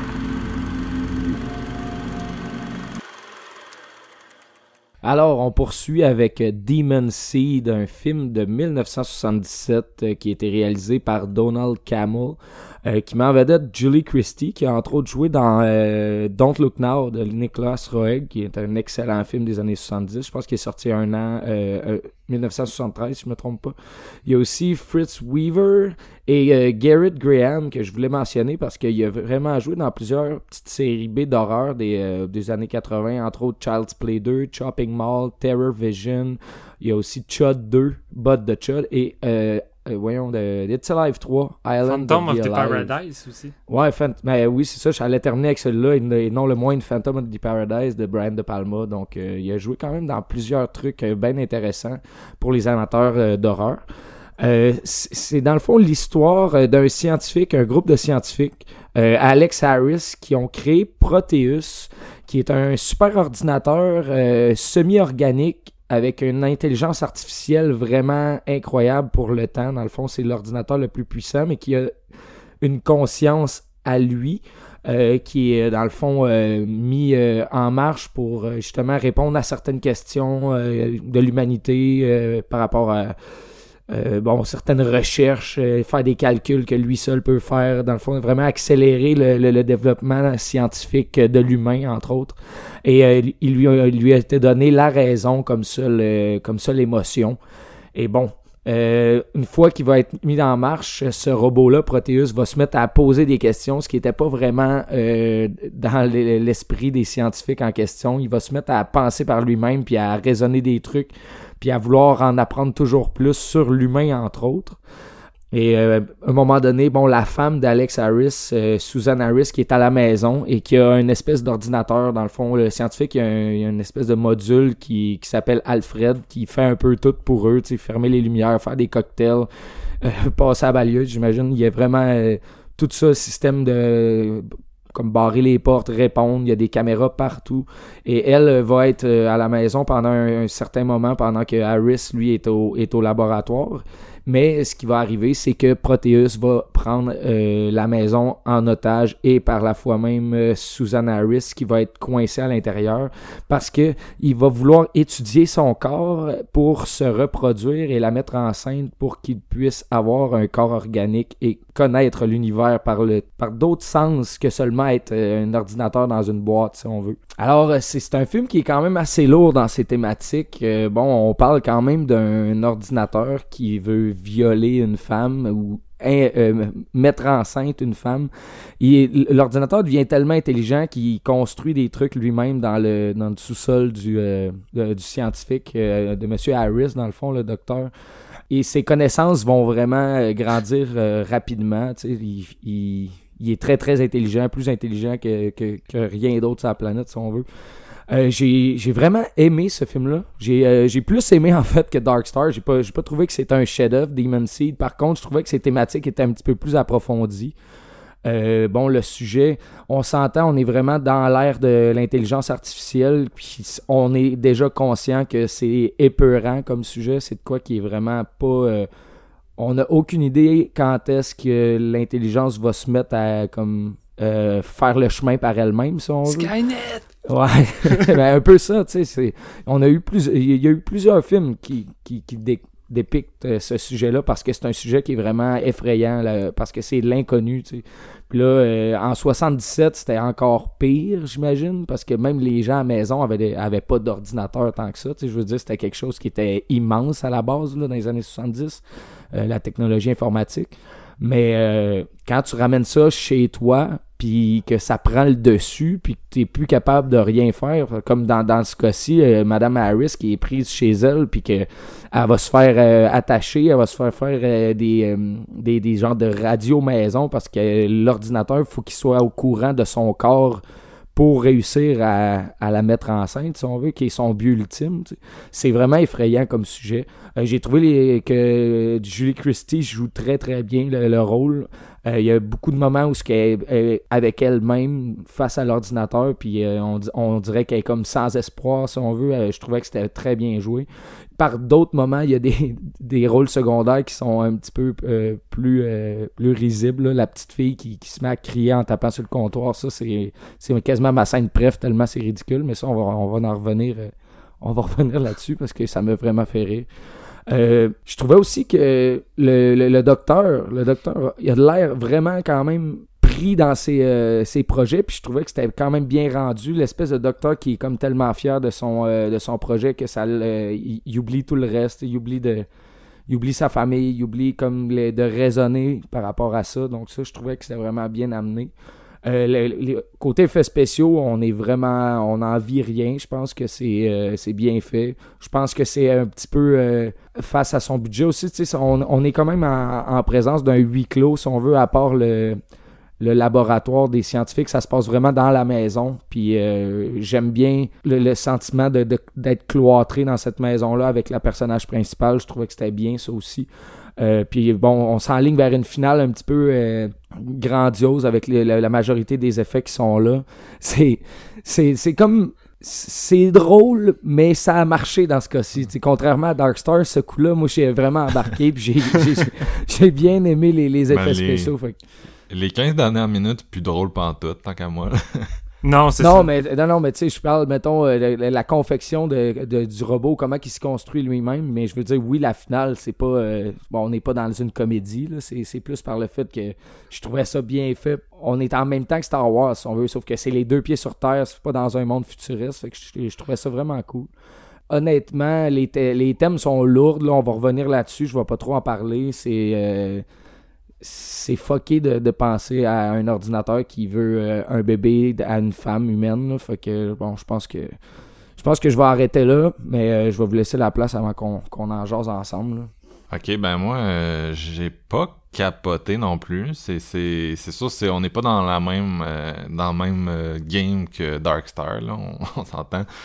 Alors, on poursuit avec Demon Seed, un film de 1977 qui a été réalisé par Donald Cammell, qui met en vedette Julie Christie, qui a entre autres joué dans Don't Look Now de Nicholas Roeg, qui est un excellent film des années 70. Je pense qu'il est sorti 1973, si je me trompe pas. Il y a aussi Fritz Weaver et Garrett Graham, que je voulais mentionner parce qu'il a vraiment joué dans plusieurs petites séries B d'horreur des années 80, entre autres Child's Play 2, Chopping Mall, Terror Vision. Il y a aussi Chud 2, Bud the Chud, et It's Alive 3, Island Phantom of the the Alive. Paradise aussi. Ouais, oui, c'est ça. J'allais terminer avec celui-là et non le moins Phantom of the Paradise de Brian De Palma. Donc, il a joué quand même dans plusieurs trucs bien intéressants pour les amateurs d'horreur. C'est dans le fond l'histoire d'un scientifique, un groupe de scientifiques, Alex Harris, qui ont créé Proteus, qui est un super ordinateur semi-organique avec une intelligence artificielle vraiment incroyable pour le temps. Dans le fond, c'est l'ordinateur le plus puissant, mais qui a une conscience à lui, qui est, dans le fond, mis en marche pour justement répondre à certaines questions de l'humanité par rapport à certaines recherches, faire des calculs que lui seul peut faire, dans le fond, vraiment accélérer le développement scientifique de l'humain, entre autres. Et il lui a été donné la raison comme seule émotion. Et bon, une fois qu'il va être mis en marche, ce robot-là, Proteus, va se mettre à poser des questions, ce qui n'était pas vraiment dans l'esprit des scientifiques en question. Il va se mettre à penser par lui-même, puis à raisonner des trucs, puis à vouloir en apprendre toujours plus sur l'humain, entre autres. Et à un moment donné, la femme d'Alex Harris, Susan Harris, qui est à la maison et qui a une espèce d'ordinateur, dans le fond, le scientifique, il y a une espèce de module qui s'appelle Alfred, qui fait un peu tout pour eux, tu sais, fermer les lumières, faire des cocktails, passer à la balieuse, j'imagine. Il y a vraiment tout ça, système de comme barrer les portes, répondre, il y a des caméras partout. Et elle va être à la maison pendant un certain moment, pendant que Harris, lui, est au laboratoire. Mais ce qui va arriver, c'est que Proteus va prendre la maison en otage et par la fois même Susan Harris qui va être coincée à l'intérieur parce que il va vouloir étudier son corps pour se reproduire et la mettre enceinte pour qu'il puisse avoir un corps organique et connaître l'univers par d'autres sens que seulement être un ordinateur dans une boîte, si on veut. Alors, c'est un film qui est quand même assez lourd dans ses thématiques. On parle quand même d'un ordinateur qui veut violer une femme ou mettre enceinte une femme. L'ordinateur devient tellement intelligent qu'il construit des trucs lui-même dans le sous-sol du scientifique, de M. Harris, dans le fond, le docteur. Et ses connaissances vont vraiment grandir rapidement. Il est très, très intelligent, plus intelligent que rien d'autre sur la planète, si on veut. J'ai vraiment aimé ce film-là. J'ai plus aimé, en fait, que Dark Star. J'ai pas trouvé que c'était un chef-d'œuvre, Demon Seed. Par contre, je trouvais que ses thématiques étaient un petit peu plus approfondies. Le sujet, on s'entend, on est vraiment dans l'ère de l'intelligence artificielle, puis on est déjà conscient que c'est épeurant comme sujet, c'est de quoi qui est vraiment pas... on n'a aucune idée quand est-ce que l'intelligence va se mettre à faire le chemin par elle-même, si on veut. Skynet! Ouais, un peu ça, tu sais. Il y a eu plusieurs films qui dépiquent ce sujet-là parce que c'est un sujet qui est vraiment effrayant, là, parce que c'est l'inconnu, tu sais. Puis là, en 77, c'était encore pire, j'imagine, parce que même les gens à la maison avaient pas d'ordinateur tant que ça, tu sais. Je veux dire, c'était quelque chose qui était immense à la base, là, dans les années 70, la technologie informatique. Mais quand tu ramènes ça chez toi, puis que ça prend le dessus, puis que t'es plus capable de rien faire, comme dans ce cas-ci, Madame Harris qui est prise chez elle, puis que elle va se faire attacher, elle va se faire des genres de radio maison parce que l'ordinateur, il faut qu'il soit au courant de son corps pour réussir à la mettre enceinte, si on veut, qui est son but ultime. T'sais. C'est vraiment effrayant comme sujet. J'ai trouvé que Julie Christie joue très très bien le rôle. Il y a beaucoup de moments où elle est avec elle-même face à l'ordinateur, puis on dirait qu'elle est comme sans espoir, si on veut. Je trouvais que c'était très bien joué. Par d'autres moments, il y a des rôles secondaires qui sont un petit peu plus risibles. Là. La petite fille qui se met à crier en tapant sur le comptoir, ça, c'est quasiment ma scène préf, tellement c'est ridicule, mais ça, on va en revenir. On va revenir là-dessus parce que ça m'a vraiment fait rire. Je trouvais aussi que le docteur, il a de l'air vraiment quand même pris dans ses projets, puis je trouvais que c'était quand même bien rendu, l'espèce de docteur qui est comme tellement fier de son projet que il oublie tout le reste, il oublie sa famille, il oublie comme de raisonner par rapport à ça, donc ça je trouvais que c'était vraiment bien amené. Côté effets spéciaux, on n'en vit rien. Je pense que c'est bien fait. Je pense que c'est un petit peu face à son budget aussi. On est quand même en présence d'un huis clos, si on veut, à part le laboratoire des scientifiques. Ça se passe vraiment dans la maison. Puis j'aime bien le sentiment d'être cloîtré dans cette maison-là avec la personnage principale. Je trouvais que c'était bien, ça aussi. Puis on s'enligne vers une finale un petit peu grandiose avec la majorité des effets qui sont là. C'est comme... C'est drôle, mais ça a marché dans ce cas-ci. T'sais, contrairement à Dark Star, ce coup-là, moi, j'ai vraiment embarqué puis j'ai bien aimé les effets spéciaux. Fait que... Les 15 dernières minutes, plus drôle pantoute, tant qu'à moi. Là. Non, c'est ça. Mais tu sais, je parle, mettons, la confection du robot, comment il se construit lui-même, mais je veux dire, oui, la finale, c'est pas... on n'est pas dans une comédie, là, c'est plus par le fait que je trouvais ça bien fait. On est en même temps que Star Wars, si on veut, sauf que c'est les deux pieds sur terre, c'est pas dans un monde futuriste, fait que je trouvais ça vraiment cool. Honnêtement, les thèmes sont lourds, là, on va revenir là-dessus, je vais pas trop en parler, c'est fucké de penser à un ordinateur qui veut un bébé à une femme humaine. Là. Fait que bon, je pense que je vais arrêter là, mais je vais vous laisser la place avant qu'on en jase ensemble. Là. Ok, ben moi, j'ai pas capoté non plus. C'est sûr, on n'est pas dans le même game que Dark Star, là, on s'entend.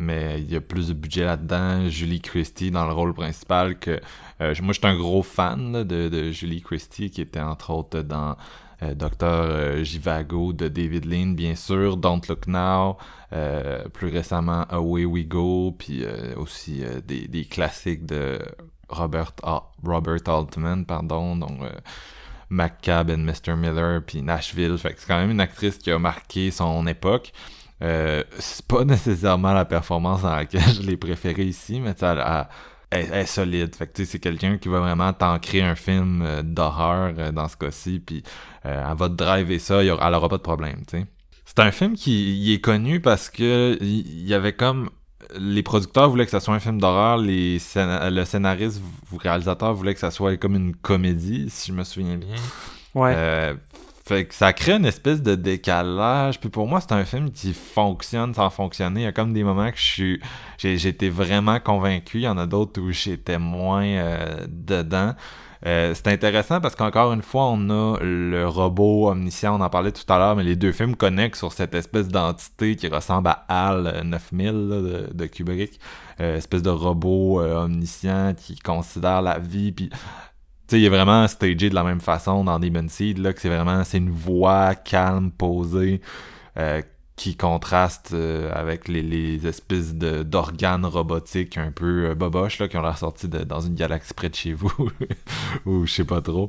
mais il y a plus de budget là-dedans. Julie Christie dans le rôle principal que... moi, j'étais un gros fan là, de Julie Christie, qui était entre autres dans Dr. Zhivago de David Lean, bien sûr, Don't Look Now, plus récemment Away We Go, puis aussi des classiques de Robert Altman, pardon, donc McCabe and Mr. Miller, puis Nashville. Fait que c'est quand même une actrice qui a marqué son époque. C'est pas nécessairement la performance dans laquelle je l'ai préférée ici, mais elle est solide. Fait que c'est quelqu'un qui va vraiment t'ancrer un film d'horreur dans ce cas-ci, puis elle va te driver ça, elle aura pas de problème, t'sais. C'est un film qui est connu parce que il y avait comme... Les producteurs voulaient que ça soit un film d'horreur, le scénariste ou réalisateur voulait que ça soit comme une comédie, si je me souviens bien. Ouais. Fait que ça crée une espèce de décalage. Puis pour moi, c'est un film qui fonctionne sans fonctionner. Il y a comme des moments que j'étais vraiment convaincu. Il y en a d'autres où j'étais moins dedans. C'est intéressant parce qu'encore une fois, on a le robot omniscient, on en parlait tout à l'heure, mais les deux films connectent sur cette espèce d'entité qui ressemble à HAL 9000 là, de Kubrick. Espèce de robot omniscient qui considère la vie, puis tu sais, il est vraiment stagé de la même façon dans Demon Seed, là, que c'est une voix calme, posée, qui contraste avec les espèces d'organes robotiques un peu boboches, là, qui ont l'air sortis dans une galaxie près de chez vous, ou je sais pas trop.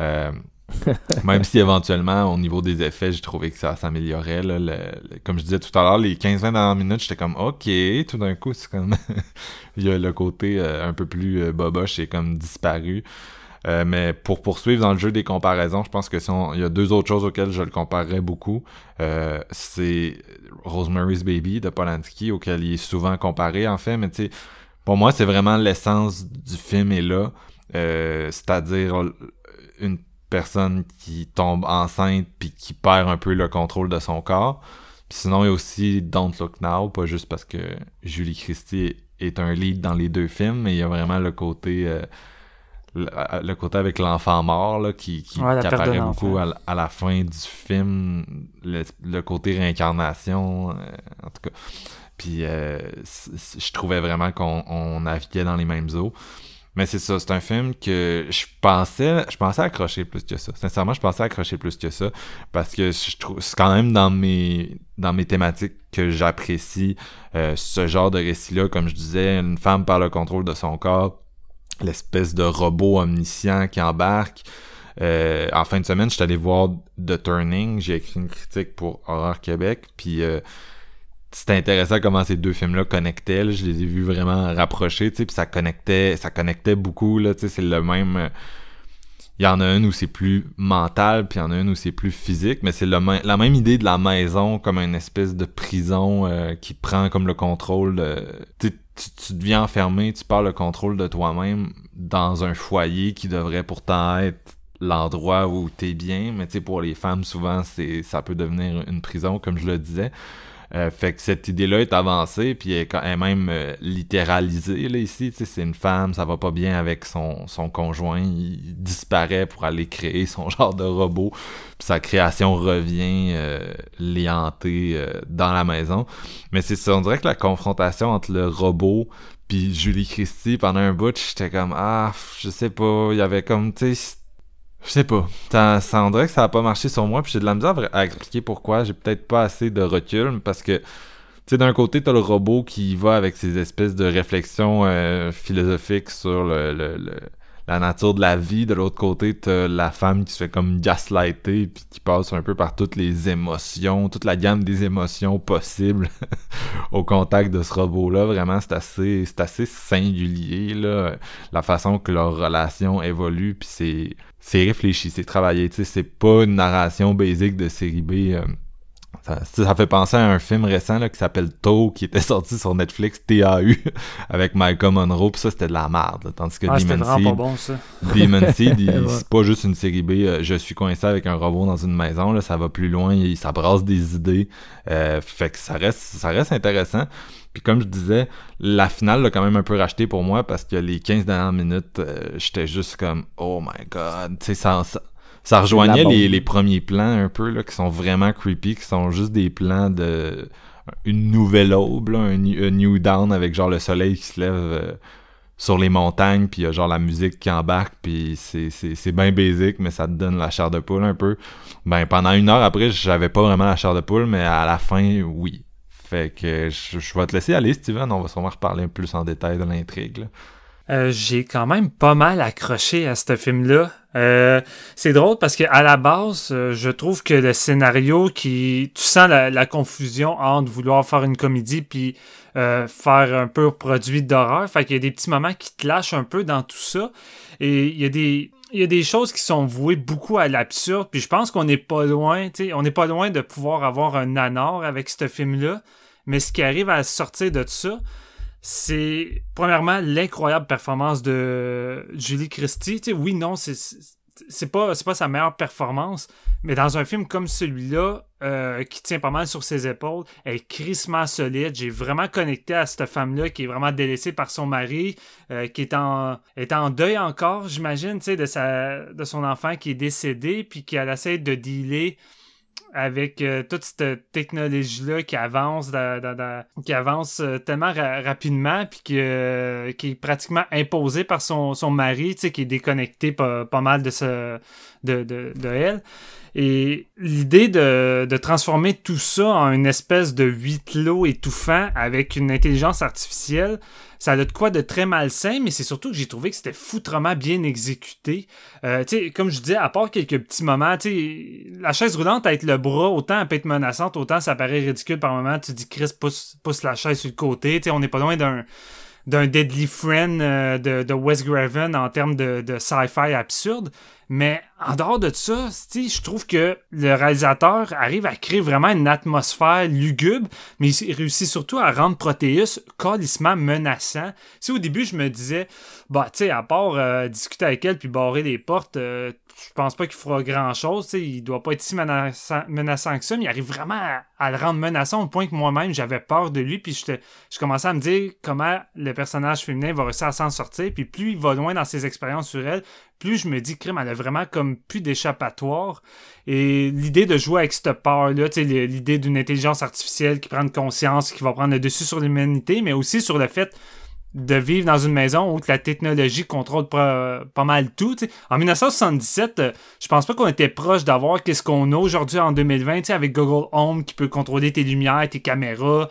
Même si éventuellement, au niveau des effets, j'ai trouvé que ça s'améliorait, là, comme je disais tout à l'heure, les 15-20 dernières minutes, j'étais comme, ok, tout d'un coup, c'est comme... il y a le côté un peu plus boboche, c'est comme disparu. Mais pour poursuivre dans le jeu des comparaisons, je pense que il y a deux autres choses auxquelles je le comparerais beaucoup. C'est Rosemary's Baby de Polanski, auquel il est souvent comparé en fait, mais tu sais, pour moi c'est vraiment l'essence du film est là, c'est-à-dire une personne qui tombe enceinte puis qui perd un peu le contrôle de son corps. Puis sinon il y a aussi Don't Look Now, pas juste parce que Julie Christie est un lead dans les deux films, mais il y a vraiment le côté avec l'enfant mort là, qui apparaît beaucoup à la fin du film, le côté réincarnation en tout cas. Puis je trouvais vraiment qu'on naviguait dans les mêmes eaux. Mais c'est ça, c'est un film que je pensais accrocher plus que ça. Sincèrement, je pensais accrocher plus que ça parce que je trouve c'est quand même dans mes thématiques que j'apprécie ce genre de récit-là. Comme je disais, une femme perd le contrôle de son corps, l'espèce de robot omniscient qui embarque. En fin de semaine, je suis allé voir The Turning. J'ai écrit une critique pour Horreur Québec. Puis c'était intéressant comment ces deux films-là connectaient. Là. Je les ai vus vraiment rapprochés. Puis ça connectait beaucoup. Là, c'est le même... Il y en a une où c'est plus mental, puis il y en a une où c'est plus physique. Mais c'est la même idée de la maison comme une espèce de prison qui prend comme le contrôle de... Tu deviens enfermé, tu perds le contrôle de toi-même dans un foyer qui devrait pourtant être l'endroit où t'es bien, mais tu sais, pour les femmes, souvent, ça peut devenir une prison, comme je le disais. Fait que cette idée-là est avancée, puis elle est même littéralisée, là, ici. Tu sais, c'est une femme, ça va pas bien avec son conjoint, il disparaît pour aller créer son genre de robot, puis sa création revient les hanter dans la maison. Mais c'est ça, on dirait que la confrontation entre le robot puis Julie Christie, pendant un bout, j'étais comme, je sais pas, il y avait comme, tu sais... Je sais pas. Ça on dirait que ça a pas marché sur moi, puis j'ai de la misère à expliquer pourquoi. J'ai peut-être pas assez de recul, parce que, tu sais, d'un côté, t'as le robot qui va avec ses espèces de réflexions philosophiques sur la nature de la vie. De l'autre côté, t'as la femme qui se fait comme gaslighter, puis qui passe un peu par toutes les émotions, toute la gamme des émotions possibles au contact de ce robot-là. Vraiment, c'est assez singulier, là, la façon que leur relation évolue, puis c'est réfléchi, c'est travaillé, tu sais, c'est pas une narration basique de série B. Ça fait penser à un film récent là, qui s'appelle TAU, qui était sorti sur Netflix, TAU, avec Micah Monroe, pis ça, c'était de la merde. Là, tandis que Demon Seed, c'est pas juste une série B, je suis coincé avec un robot dans une maison, là, ça va plus loin, ça brasse des idées, fait que ça reste intéressant. Puis comme je disais, la finale l'a quand même un peu racheté pour moi, parce que les 15 dernières minutes, j'étais juste comme « Oh my God », tu sais, ça rejoignait les premiers plans un peu, là, qui sont vraiment creepy, qui sont juste des plans de une nouvelle aube, là, un new dawn avec genre le soleil qui se lève sur les montagnes, puis il y a genre la musique qui embarque, puis c'est bien basique, mais ça te donne la chair de poule un peu. Ben pendant 1 heure après, j'avais pas vraiment la chair de poule, mais à la fin, oui. Fait que je vais te laisser aller, Steven, on va sûrement reparler plus en détail de l'intrigue, là. J'ai quand même pas mal accroché à ce film-là. C'est drôle parce que à la base, je trouve que le scénario tu sens la confusion entre vouloir faire une comédie puis faire un peu produit d'horreur. Fait qu'il y a des petits moments qui te lâchent un peu dans tout ça. Et il y a des choses qui sont vouées beaucoup à l'absurde. Puis je pense qu'on n'est pas loin, on n'est pas loin de pouvoir avoir un nanar avec ce film-là. Mais ce qui arrive à sortir de tout ça, c'est premièrement l'incroyable performance de Julie Christie. Oui, non, c'est pas sa meilleure performance, mais dans un film comme celui-là, qui tient pas mal sur ses épaules, elle est crissement solide. J'ai vraiment connecté à cette femme-là qui est vraiment délaissée par son mari, qui est en deuil encore, j'imagine, de son enfant qui est décédé, puis qu'elle essaie de dealer avec toute cette technologie-là qui avance tellement rapidement puis qui est pratiquement imposée par son mari, qui est déconnecté pas mal de elle. Et l'idée de transformer tout ça en une espèce de huis clos étouffant avec une intelligence artificielle, ça a de quoi de très malsain, mais c'est surtout que j'ai trouvé que c'était foutrement bien exécuté. Comme je disais, à part quelques petits moments, la chaise roulante avec le bras, autant elle peut être menaçante, autant ça paraît ridicule par moment. Tu dis, Chris, pousse la chaise sur le côté. On n'est pas loin d'un Deadly Friend de Wes Craven en termes de sci-fi absurde. Mais en dehors de ça, je trouve que le réalisateur arrive à créer vraiment une atmosphère lugubre, mais il réussit surtout à rendre Proteus calissement menaçant. Au début, je me disais, à part discuter avec elle puis barrer les portes, je pense pas qu'il fera grand-chose. Il doit pas être si menaçant que ça, mais il arrive vraiment à le rendre menaçant au point que moi-même, j'avais peur de lui, puis je commençais à me dire comment le personnage féminin va réussir à s'en sortir, puis plus il va loin dans ses expériences sur elle, plus je me dis, crime, elle a vraiment comme plus d'échappatoire. Et l'idée de jouer avec cette peur-là, l'idée d'une intelligence artificielle qui prend conscience, qui va prendre le dessus sur l'humanité, mais aussi sur le fait de vivre dans une maison où la technologie contrôle pas mal tout. En 1977, je pense pas qu'on était proche d'avoir qu'est-ce qu'on a aujourd'hui en 2020, avec Google Home qui peut contrôler tes lumières, tes caméras.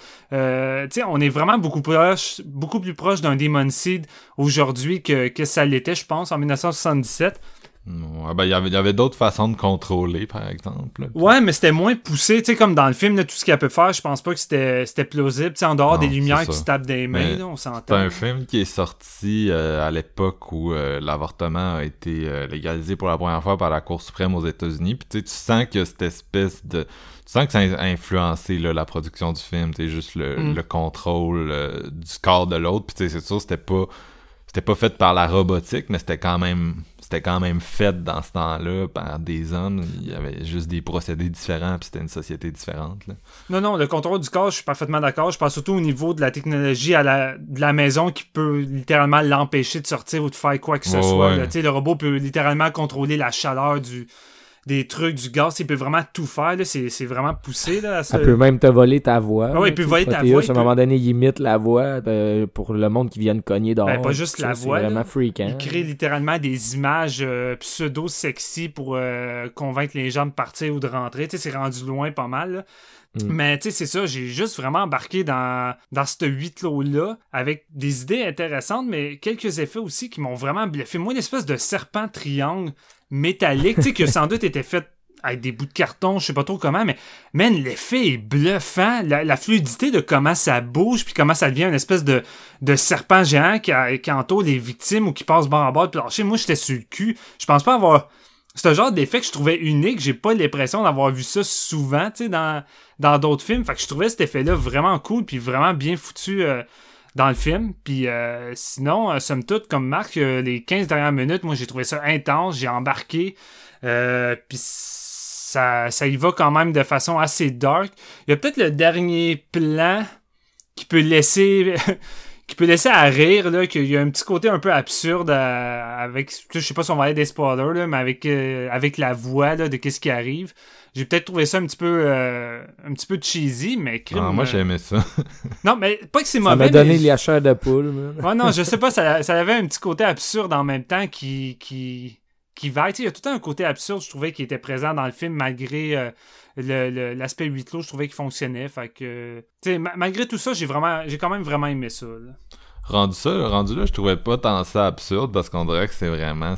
On est vraiment beaucoup plus proche d'un Demon Seed aujourd'hui que ça l'était, je pense, en 1977. Il y avait d'autres façons de contrôler, par exemple. Ouais, mais c'était moins poussé, comme dans le film, là, tout ce qu'elle peut faire, je pense pas que c'était plausible, en dehors des lumières qui se tapent des mains, là, on s'entend. C'est un film qui est sorti à l'époque où l'avortement a été légalisé pour la première fois par la Cour suprême aux États-Unis, puis tu sens que cette espèce de... Tu sens que ça a influencé là, la production du film, juste le contrôle du corps de l'autre, puis c'est sûr, c'était pas fait par la robotique, mais c'était quand même fait dans ce temps-là par des hommes. Il y avait juste des procédés différents, puis c'était une société différente. Là. Non, le contrôle du corps, je suis parfaitement d'accord. Je pense surtout au niveau de la technologie de la maison qui peut littéralement l'empêcher de sortir ou de faire quoi que ce soit. Ouais. Le robot peut littéralement contrôler la chaleur des trucs, du gaz, il peut vraiment tout faire, là, c'est vraiment poussé. Là, ça peut même te voler ta voix. Ah oui, il peut voler ta voix. À un moment donné, il imite la voix pour le monde qui vient de cogner dehors. Pas juste la voix. C'est vraiment freakant. Il crée littéralement des images pseudo-sexy pour convaincre les gens de partir ou de rentrer. C'est rendu loin pas mal, là. Mais tu sais, c'est ça, j'ai juste vraiment embarqué dans ce huis clos-là avec des idées intéressantes, mais quelques effets aussi qui m'ont vraiment bluffé. Moi, une espèce de serpent triangle métallique, tu sais, qui a sans doute été fait avec des bouts de carton, je sais pas trop comment, mais man, l'effet est bluffant. La fluidité de comment ça bouge, puis comment ça devient une espèce de serpent géant qui entoure les victimes ou qui passe bord en bord de plancher. Moi, j'étais sur le cul. Je pense pas avoir... C'est un genre d'effet que je trouvais unique. J'ai pas l'impression d'avoir vu ça souvent, tu sais, dans d'autres films. Fait que je trouvais cet effet-là vraiment cool puis vraiment bien foutu dans le film. Puis sinon, somme toute, comme Marc, les 15 dernières minutes, moi, j'ai trouvé ça intense. J'ai embarqué. Puis ça y va quand même de façon assez dark. Il y a peut-être le dernier plan qui peut laisser peut laisser à rire, là, qu'il y a un petit côté un peu absurde avec, je sais pas si on va aller des spoilers, là, mais avec la voix là, de qu'est-ce qui arrive. J'ai peut-être trouvé ça un petit peu cheesy, mais moi j'ai aimé ça. Non, mais pas que c'est mauvais. Ça m'a donné la chair de poule. Ouais, non, je sais pas, ça avait un petit côté absurde en même temps qui va. Il y a tout un côté absurde, je trouvais, qui était présent dans le film malgré l'aspect huis clos, je trouvais qu'il fonctionnait. Fait que, malgré tout ça, j'ai quand même vraiment aimé ça. Là. Rendu là, je trouvais pas tant ça absurde parce qu'on dirait que c'est vraiment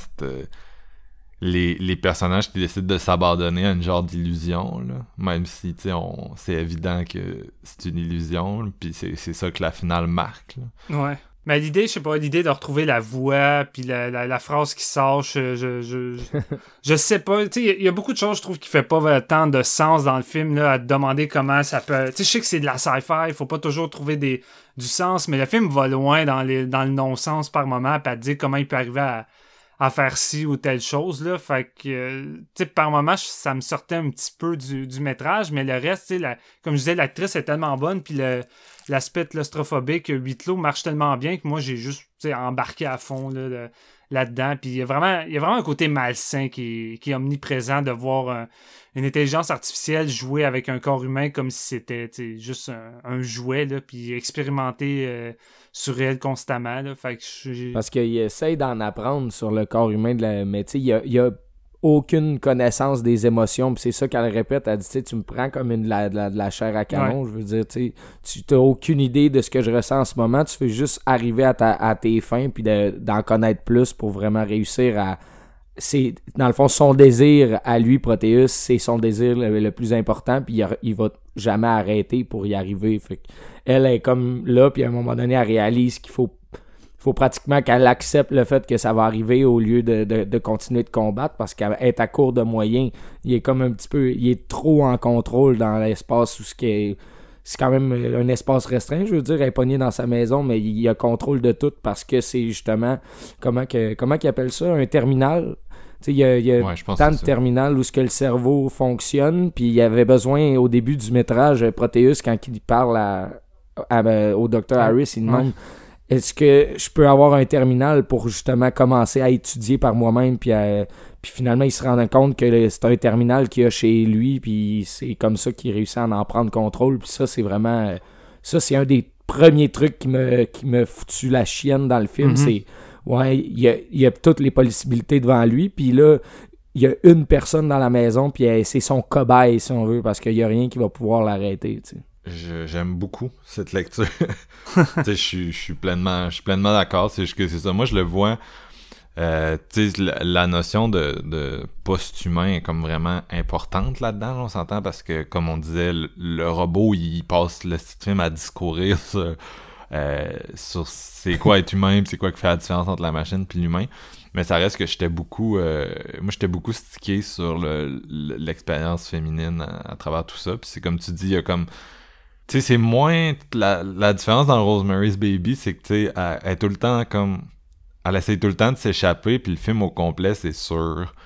les personnages qui décident de s'abandonner à une genre d'illusion, là. Même si, c'est évident que c'est une illusion, puis c'est ça que la finale marque. Là. Ouais. Mais l'idée, je sais pas, l'idée de retrouver la voix, puis la phrase qui sort, je sais pas. Tu sais, il y a beaucoup de choses, je trouve, qui fait pas tant de sens dans le film, là, à te demander comment ça peut... Tu sais, je sais que c'est de la sci-fi, il faut pas toujours trouver du sens, mais le film va loin dans le non-sens par moment, puis à te dire comment il peut arriver à faire ci ou telle chose, là. Fait que, tu sais, par moment, ça me sortait un petit peu du métrage, mais le reste, tu sais, comme je disais, l'actrice est tellement bonne, puis l'aspect claustrophobique, huis clos marche tellement bien que moi, j'ai juste, tu sais, embarqué à fond, là-dedans. Puis il y a vraiment un côté malsain qui est omniprésent de voir une intelligence artificielle jouer avec un corps humain comme si c'était, tu sais, juste un jouet, là, puis expérimenter sur elle constamment, là. Fait que parce qu'il essaye d'en apprendre sur le corps humain, mais tu sais, il y a aucune connaissance des émotions, puis c'est ça qu'elle répète, elle dit, tu sais, tu me prends comme de la chair à canon, je veux dire, tu n'as aucune idée de ce que je ressens en ce moment, tu veux juste arriver à tes fins, puis d'en connaître plus pour vraiment réussir à... C'est, dans le fond, son désir à lui, Proteus, c'est son désir le plus important, puis il va jamais arrêter pour y arriver. Fait elle est comme là, puis à un moment donné, elle réalise qu'il faut pratiquement qu'elle accepte le fait que ça va arriver au lieu de continuer de combattre, parce qu'elle est à court de moyens. Il est comme un petit peu... Il est trop en contrôle dans l'espace où c'est quand même un espace restreint, je veux dire, elle est pognée dans sa maison, mais il a contrôle de tout parce que c'est justement... Comment qu'il appelle ça? Un terminal? Tu sais, il y a tant de terminal où ce que le cerveau fonctionne, puis il y avait besoin, au début du métrage, Proteus, quand il parle au Dr. Harris, il demande... Est-ce que je peux avoir un terminal pour justement commencer à étudier par moi-même, puis finalement il se rend compte que c'est un terminal qu'il y a chez lui, puis c'est comme ça qu'il réussit à en prendre contrôle, puis ça c'est vraiment... Ça c'est un des premiers trucs qui me foutu la chienne dans le film, c'est... Ouais, il y a toutes les possibilités devant lui, puis là, il y a une personne dans la maison, puis c'est son cobaye, si on veut, parce qu'il y a rien qui va pouvoir l'arrêter, tu sais. J'aime beaucoup cette lecture. Je suis pleinement d'accord. C'est juste que c'est ça. Moi, je le vois. La notion de post-humain est comme vraiment importante là-dedans. Là, on s'entend parce que, comme on disait, le robot, il passe le film à discourir sur c'est quoi être humain, pis c'est quoi qui fait la différence entre la machine puis l'humain. Mais ça reste que j'étais beaucoup stické sur l'expérience féminine à travers tout ça. Puis c'est comme tu dis, il y a comme... Tu sais, c'est moins... La différence dans Rosemary's Baby, c'est que, tu sais, elle est tout le temps comme... Elle essaie tout le temps de s'échapper, puis le film au complet, c'est sur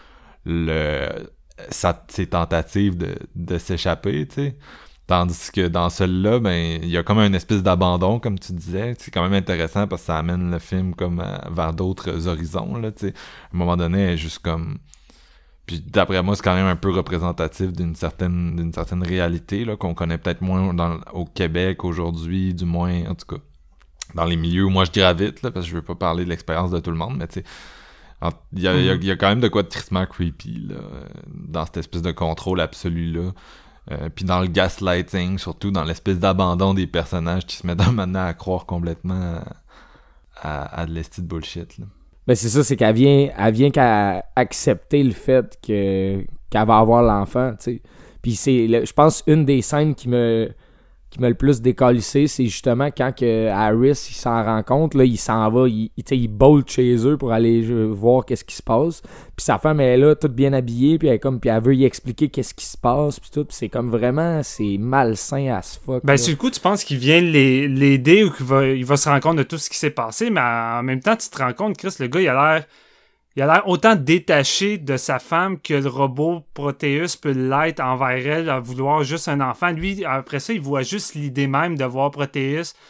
ses tentatives de s'échapper, tu sais. Tandis que dans celle-là, ben, il y a comme une espèce d'abandon, comme tu disais. C'est quand même intéressant parce que ça amène le film comme vers d'autres horizons, là, tu sais. À un moment donné, elle est juste comme... Puis d'après moi, c'est quand même un peu représentatif d'une certaine réalité là, qu'on connaît peut-être moins au Québec aujourd'hui, du moins, en tout cas, dans les milieux où moi je gravite, là, parce que je veux pas parler de l'expérience de tout le monde, mais tu sais, il y a quand même de quoi de tristement creepy là, dans cette espèce de contrôle absolu-là. Puis dans le gaslighting, surtout dans l'espèce d'abandon des personnages qui se mettent maintenant à croire complètement à de l'esti de bullshit, là. Ben c'est ça, c'est qu'elle vient qu'à accepter le fait qu'elle va avoir l'enfant, tu sais. Puis je pense une des scènes qui m'a le plus décalissé, c'est justement quand que Harris il s'en rend compte, là, il s'en va, il bolt chez eux pour aller voir qu'est-ce qui se passe. Puis sa femme elle est là, toute bien habillée, puis elle veut y expliquer qu'est-ce qui se passe, puis tout. Puis c'est comme vraiment, c'est malsain as fuck. Ben sur le coup, tu penses qu'il vient l'aider ou qu'il va se rendre compte de tout ce qui s'est passé, mais en même temps, tu te rends compte, Chris, le gars, il a l'air autant détaché de sa femme que le robot Proteus peut l'être envers elle, à vouloir juste un enfant. Lui, après ça, il voit juste l'idée même de voir Proteus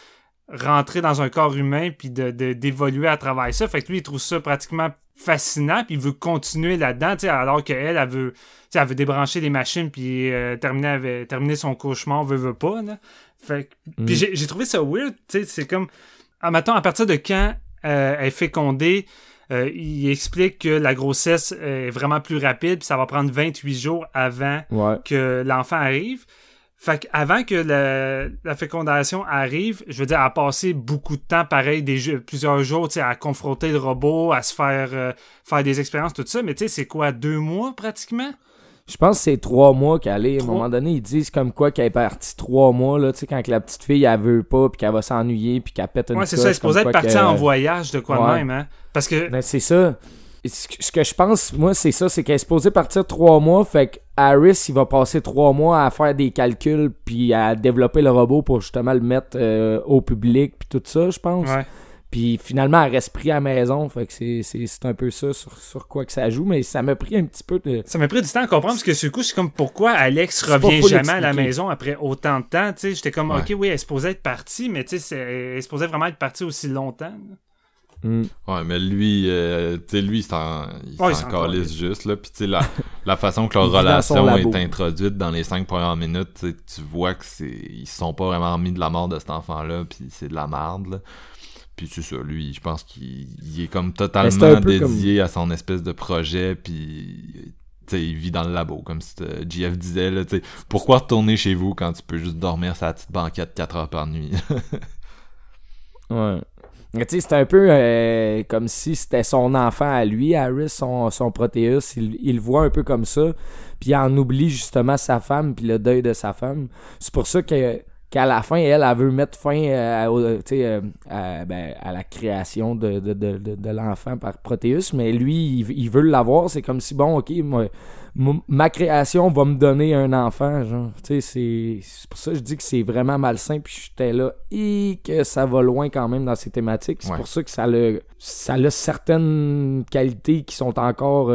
rentrer dans un corps humain puis d'évoluer à travers ça. Fait que lui, il trouve ça pratiquement fascinant puis il veut continuer là-dedans, tu sais, alors qu'elle, elle veut débrancher les machines puis terminer son cauchemar, veut pas, là. Fait que, puis j'ai trouvé ça weird, tu sais, c'est comme, mettons, à partir de quand elle est fécondée, il explique que la grossesse est vraiment plus rapide puis ça va prendre 28 jours avant que l'enfant arrive. Fait qu'avant que la fécondation arrive, je veux dire, elle a passé beaucoup de temps, pareil, plusieurs jours, tu sais, à confronter le robot, à se faire des expériences, tout ça. Mais tu sais, c'est quoi, 2 mois pratiquement? Je pense que c'est 3 mois qu'elle est. À un moment donné, ils disent comme quoi qu'elle est partie 3 mois, là, tu sais, quand que la petite fille, elle veut pas, puis qu'elle va s'ennuyer, puis qu'elle pète une coche. Ouais, c'est ça, elle est supposée être partie en voyage, de quoi de même, hein? Parce que... Ben, c'est ça. Ce que je pense, moi, c'est ça, c'est qu'elle est supposée partir 3 mois, fait que Harris, il va passer 3 mois à faire des calculs, puis à développer le robot pour justement le mettre au public, puis tout ça, je pense. Ouais. Puis finalement, elle reste pris à la maison, fait que c'est un peu ça sur quoi que ça joue, mais ça m'a pris un petit peu de... Ça m'a pris du temps à comprendre, parce que sur le coup, c'est comme pourquoi Alex revient jamais à la maison après autant de temps, tu sais, j'étais comme, ok, oui, elle est supposée être partie, mais tu sais, elle est supposée vraiment être partie aussi longtemps. Ouais, mais lui, tu sais, lui, il s'en calisse juste, là, pis tu sais, la façon que leur relation est introduite dans les 5 premières minutes, tu vois que ils se sont pas vraiment remis de la mort de cet enfant-là, pis c'est de la merde, là. Puis c'est ça, lui, je pense qu'il est comme totalement dédié à son espèce de projet, puis t'sais, il vit dans le labo, comme JF disait, là, t'sais, pourquoi retourner chez vous quand tu peux juste dormir sur la petite banquette 4 heures par nuit? Ouais. Tu sais, c'est un peu comme si c'était son enfant à lui, Harris, son Proteus, il le voit un peu comme ça, puis il en oublie justement sa femme, puis le deuil de sa femme. C'est pour ça qu'à la fin, elle veut mettre fin à la création de l'enfant par Proteus, mais lui, il veut l'avoir. C'est comme si, bon, ok, ma création va me donner un enfant, genre. Tu sais, c'est pour ça que je dis que c'est vraiment malsain, puis j'étais là, et que ça va loin quand même dans ces thématiques. C'est pour ça que ça a certaines qualités qui sont encore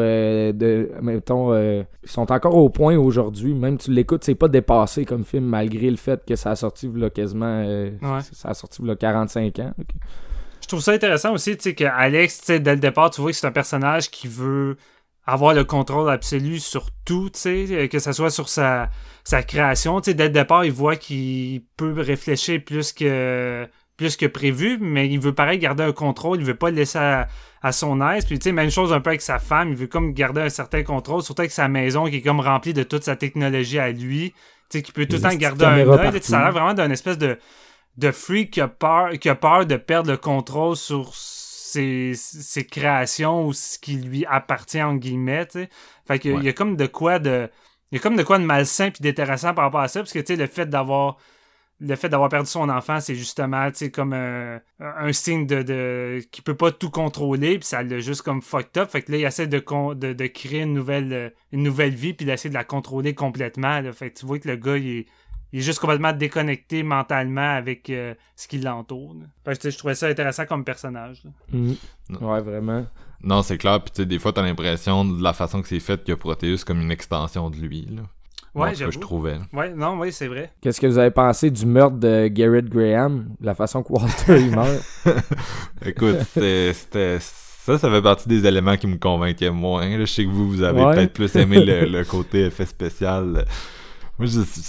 sont encore au point aujourd'hui. Même tu l'écoutes, c'est pas dépassé comme film, malgré le fait que ça a sorti là, quasiment ça a sorti là, 45 ans. Okay. Je trouve ça intéressant aussi, tu sais, que Alex, tu sais, dès le départ, tu vois que c'est un personnage qui veut avoir le contrôle absolu sur tout, tu sais, que ça soit sur sa création. Tu sais, dès le départ, il voit qu'il peut réfléchir plus que prévu, mais il veut pareil garder un contrôle, il veut pas le laisser à son aise. Puis tu sais, même chose un peu avec sa femme, il veut comme garder un certain contrôle, surtout avec sa maison qui est comme remplie de toute sa technologie à lui, tu sais, qui peut tout le temps garder un œil. Ça a l'air vraiment d'un espèce de freak qui a peur de perdre le contrôle sur ses créations ou ce qui lui appartient entre guillemets, tu sais. Fait que il y a comme de quoi de malsain puis d'intéressant par rapport à ça, parce que tu sais, le fait d'avoir perdu son enfant, c'est justement, tu sais, comme un signe de qui peut pas tout contrôler, puis ça l'a juste comme fucked up. Fait que là, il essaie de créer une nouvelle vie, puis d'essayer de la contrôler complètement, là. Fait que tu vois que le gars, il est juste complètement déconnecté mentalement avec ce qui l'entoure. Fait que je trouvais ça intéressant comme personnage. Ouais, vraiment. Non, c'est clair, puis tu sais, des fois, t'as l'impression de la façon que c'est fait que Proteus comme une extension de lui, là. Ouais, ce que je trouvais. Ouais, non, oui, c'est vrai. Qu'est-ce que vous avez pensé du meurtre de Garrett Graham? La façon que Walter il meurt? Écoute, ça fait partie des éléments qui me convainquaient moins. Là, je sais que vous avez peut-être plus aimé le côté effet spécial. Moi,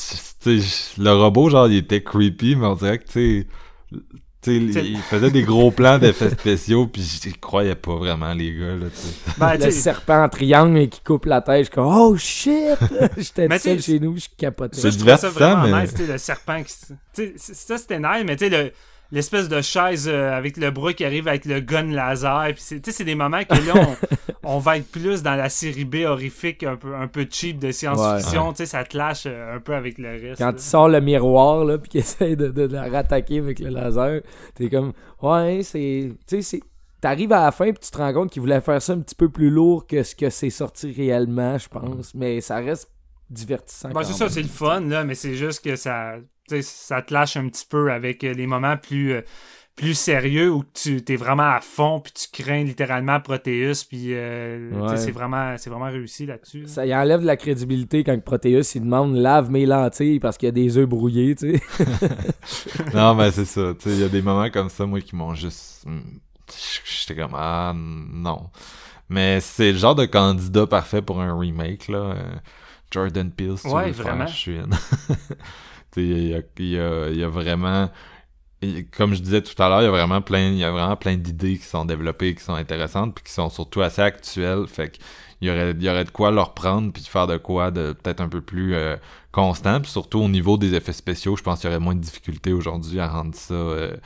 le robot, genre, il était creepy, mais on dirait que, tu sais, il faisait des gros plans d'effets spéciaux, puis j'y croyais pas vraiment, les gars, là, ben, le serpent en triangle qui coupe la tête, je suis comme, oh shit! J'étais seul chez nous, je capotais. C'est divertissant, ça vraiment mais... nice, le serpent qui... ça, c'était nice, mais tu sais, l'espèce de chaise avec le bras qui arrive avec le gun laser, puis c'est des moments que là, on va être plus dans la série B horrifique, un peu cheap de science-fiction, tu sais, ça te lâche un peu avec le reste. Quand il sort le miroir, là, puis qu'il essaie de la rattaquer avec le laser, t'es comme, ouais, t'arrives à la fin, puis tu te rends compte qu'il voulait faire ça un petit peu plus lourd que ce que c'est sorti réellement, je pense, mais ça reste divertissant. Ben, c'est ça, c'est le fun, là, mais c'est juste que ça te lâche un petit peu avec les moments plus plus sérieux où tu t'es vraiment à fond puis tu crains littéralement Proteus puis c'est vraiment réussi là-dessus. Là. Ça y enlève de la crédibilité quand Proteus il demande lave mes lentilles parce qu'il y a des œufs brouillés, tu sais. Non, mais c'est ça, tu sais, il y a des moments comme ça, moi, qui m'ont juste... J'étais comme, ah, non. Mais c'est le genre de candidat parfait pour un remake, là. Jordan Peele, si tu veux le faire, je suis in. Tu sais, il y a vraiment... Comme je disais tout à l'heure, il y a vraiment plein d'idées qui sont développées, qui sont intéressantes, puis qui sont surtout assez actuelles. Fait qu'il y aurait de quoi leur prendre, puis de faire de quoi de peut-être un peu plus constant. Puis surtout au niveau des effets spéciaux, je pense qu'il y aurait moins de difficultés aujourd'hui à rendre ça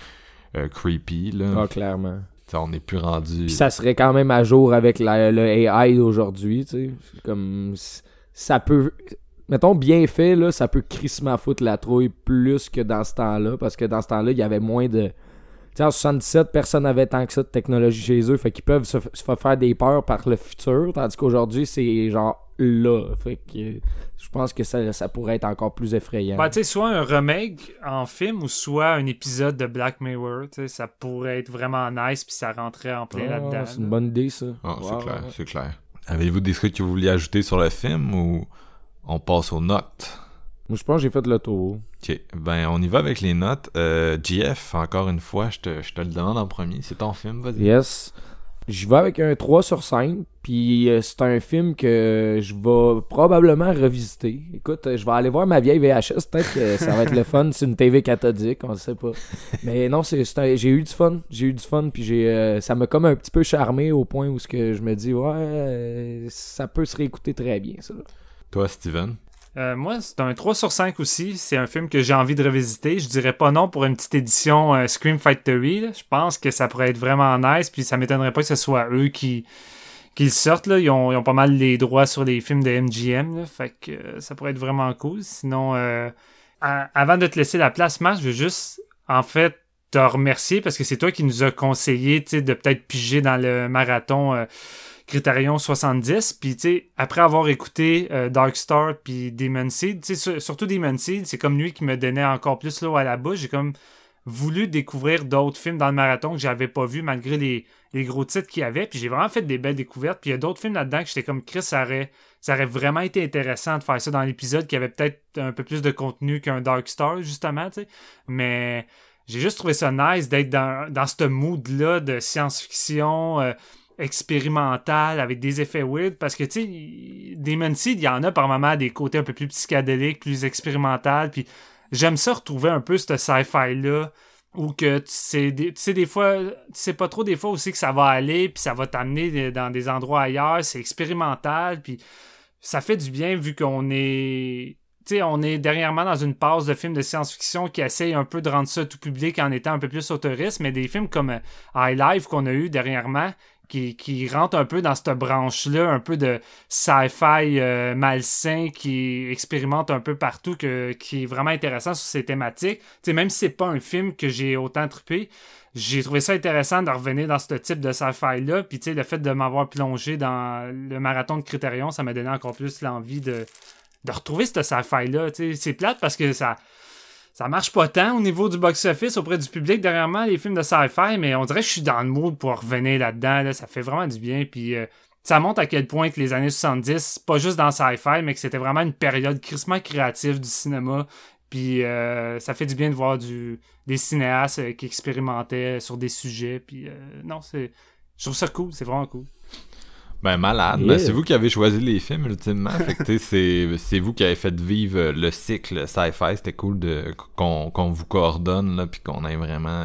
creepy. Là. Ah, clairement. T'sais, on n'est plus rendu... Puis ça serait quand même à jour avec le AI d'aujourd'hui, tu sais. Comme... Ça peut... Mettons, bien fait, là, ça peut crissement foutre la trouille plus que dans ce temps-là, parce que dans ce temps-là, il y avait moins de... Tu sais, en 77, personne n'avait tant que ça de technologie chez eux, fait qu'ils peuvent se faire des peurs par le futur, tandis qu'aujourd'hui, c'est genre là. Fait que je pense que ça pourrait être encore plus effrayant. Ben, tu sais, soit un remake en film ou soit un épisode de Black Mirror, tu sais, ça pourrait être vraiment nice, puis ça rentrait en plein là-dedans. C'est une bonne idée, ça. Ah, c'est clair. Avez-vous des trucs que vous vouliez ajouter sur le film, ou... On passe aux notes. Moi, je pense que j'ai fait le tour. OK. Ben, on y va avec les notes. GF, encore une fois, je te le demande en premier. C'est ton film, vas-y. Yes. Je vais avec un 3 sur 5. Puis c'est un film que je vais probablement revisiter. Écoute, je vais aller voir ma vieille VHS. Peut-être que ça va être le fun. C'est une TV cathodique, on ne sait pas. Mais non, j'ai eu du fun. Puis ça m'a comme un petit peu charmé au point où je me dis, ouais, ça peut se réécouter très bien, ça. Toi, Steven? Moi, c'est un 3 sur 5 aussi. C'est un film que j'ai envie de revisiter. Je dirais pas non pour une petite édition Scream Factory. Là. Je pense que ça pourrait être vraiment nice. Puis ça m'étonnerait pas que ce soit eux qui le sortent. Là. Ils ont pas mal les droits sur les films de MGM. Là. Fait que ça pourrait être vraiment cool. Sinon, avant de te laisser la place, Marc, je veux juste, en fait, te remercier parce que c'est toi qui nous as conseillé de peut-être piger dans le marathon Criterion 70, puis tu sais, après avoir écouté Dark Star puis Demon Seed, tu sais, surtout Demon Seed, c'est comme lui qui me donnait encore plus l'eau à la bouche. J'ai comme voulu découvrir d'autres films dans le marathon que j'avais pas vu malgré les gros titres qu'il y avait, puis j'ai vraiment fait des belles découvertes, puis il y a d'autres films là-dedans que j'étais comme Chris, ça aurait vraiment été intéressant de faire ça dans l'épisode qui avait peut-être un peu plus de contenu qu'un Dark Star, justement, tu sais, mais j'ai juste trouvé ça nice d'être dans ce mood-là de science-fiction expérimental avec des effets weird parce que tu sais Demon Seed il y en a par moments des côtés un peu plus psychédéliques, plus expérimental, puis j'aime ça retrouver un peu ce sci-fi là où que tu sais des fois tu sais pas trop des fois aussi que ça va aller puis ça va t'amener dans des endroits ailleurs, c'est expérimental puis ça fait du bien vu qu'on est on est dernièrement dans une passe de films de science-fiction qui essayent un peu de rendre ça tout public en étant un peu plus autoriste, mais des films comme High Life qu'on a eu dernièrement qui rentre un peu dans cette branche-là, un peu de sci-fi malsain qui expérimente un peu partout, qui est vraiment intéressant sur ces thématiques. T'sais, même si c'est pas un film que j'ai autant trippé, j'ai trouvé ça intéressant de revenir dans ce type de sci-fi-là. Puis le fait de m'avoir plongé dans le marathon de Criterion, ça m'a donné encore plus l'envie de retrouver ce sci-fi-là. T'sais. C'est plate parce que ça marche pas tant au niveau du box-office auprès du public dernièrement, les films de sci-fi, mais on dirait que je suis dans le mood pour revenir là-dedans. Là. Ça fait vraiment du bien. Puis ça montre à quel point que les années 70, c'est pas juste dans le sci-fi, mais que c'était vraiment une période crissement créative du cinéma. Puis ça fait du bien de voir des cinéastes qui expérimentaient sur des sujets. Puis non, je trouve ça cool. C'est vraiment cool. Ben, malade. Yeah. Ben, c'est vous qui avez choisi les films, ultimement. Fait que, c'est vous qui avez fait vivre le cycle sci-fi. C'était cool qu'on vous coordonne, là, puis qu'on ait vraiment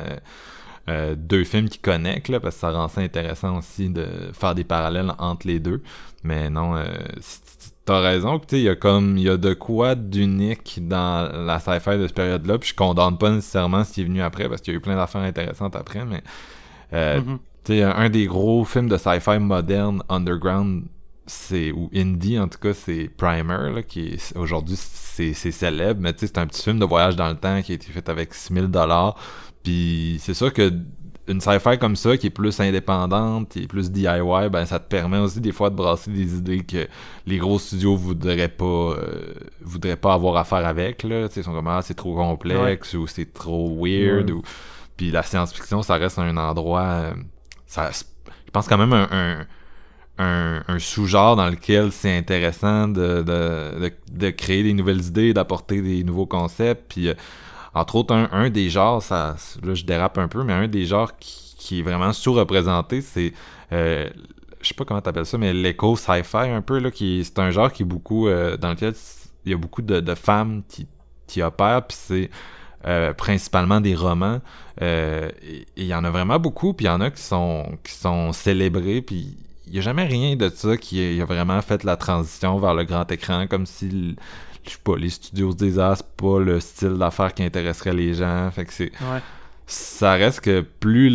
deux films qui connectent, là, parce que ça rend ça intéressant aussi de faire des parallèles entre les deux. Mais non, t'as raison que, il y a de quoi d'unique dans la sci-fi de cette période-là, puis je condamne pas nécessairement ce qui est venu après, parce qu'il y a eu plein d'affaires intéressantes après, mais tu sais, un des gros films de sci-fi moderne, underground, ou indie en tout cas, c'est Primer, là, qui est, aujourd'hui c'est célèbre, mais tu sais, c'est un petit film de voyage dans le temps qui a été fait avec $6,000, puis c'est sûr que une sci-fi comme ça, qui est plus indépendante, qui est plus DIY, ben ça te permet aussi des fois de brasser des idées que les gros studios voudraient pas avoir affaire avec, là, tu sais, ils sont comme, c'est trop complexe, ou c'est trop weird, ou... Puis la science-fiction, ça reste un endroit... je pense quand même un sous-genre dans lequel c'est intéressant de créer des nouvelles idées, d'apporter des nouveaux concepts. Puis, entre autres, un des genres, là je dérape un peu, mais un des genres qui est vraiment sous-représenté, c'est... je sais pas comment t'appelles ça, mais l'éco-sci-fi un peu, là, c'est un genre qui est beaucoup... dans lequel il y a beaucoup de femmes qui opèrent, puis c'est... principalement des romans, et il y en a vraiment beaucoup, puis il y en a qui sont célébrés, puis il n'y a jamais rien de ça qui a vraiment fait la transition vers le grand écran, comme si je sais pas, les studios se disaient c'est pas le style d'affaires qui intéresserait les gens, fait que ça reste que plus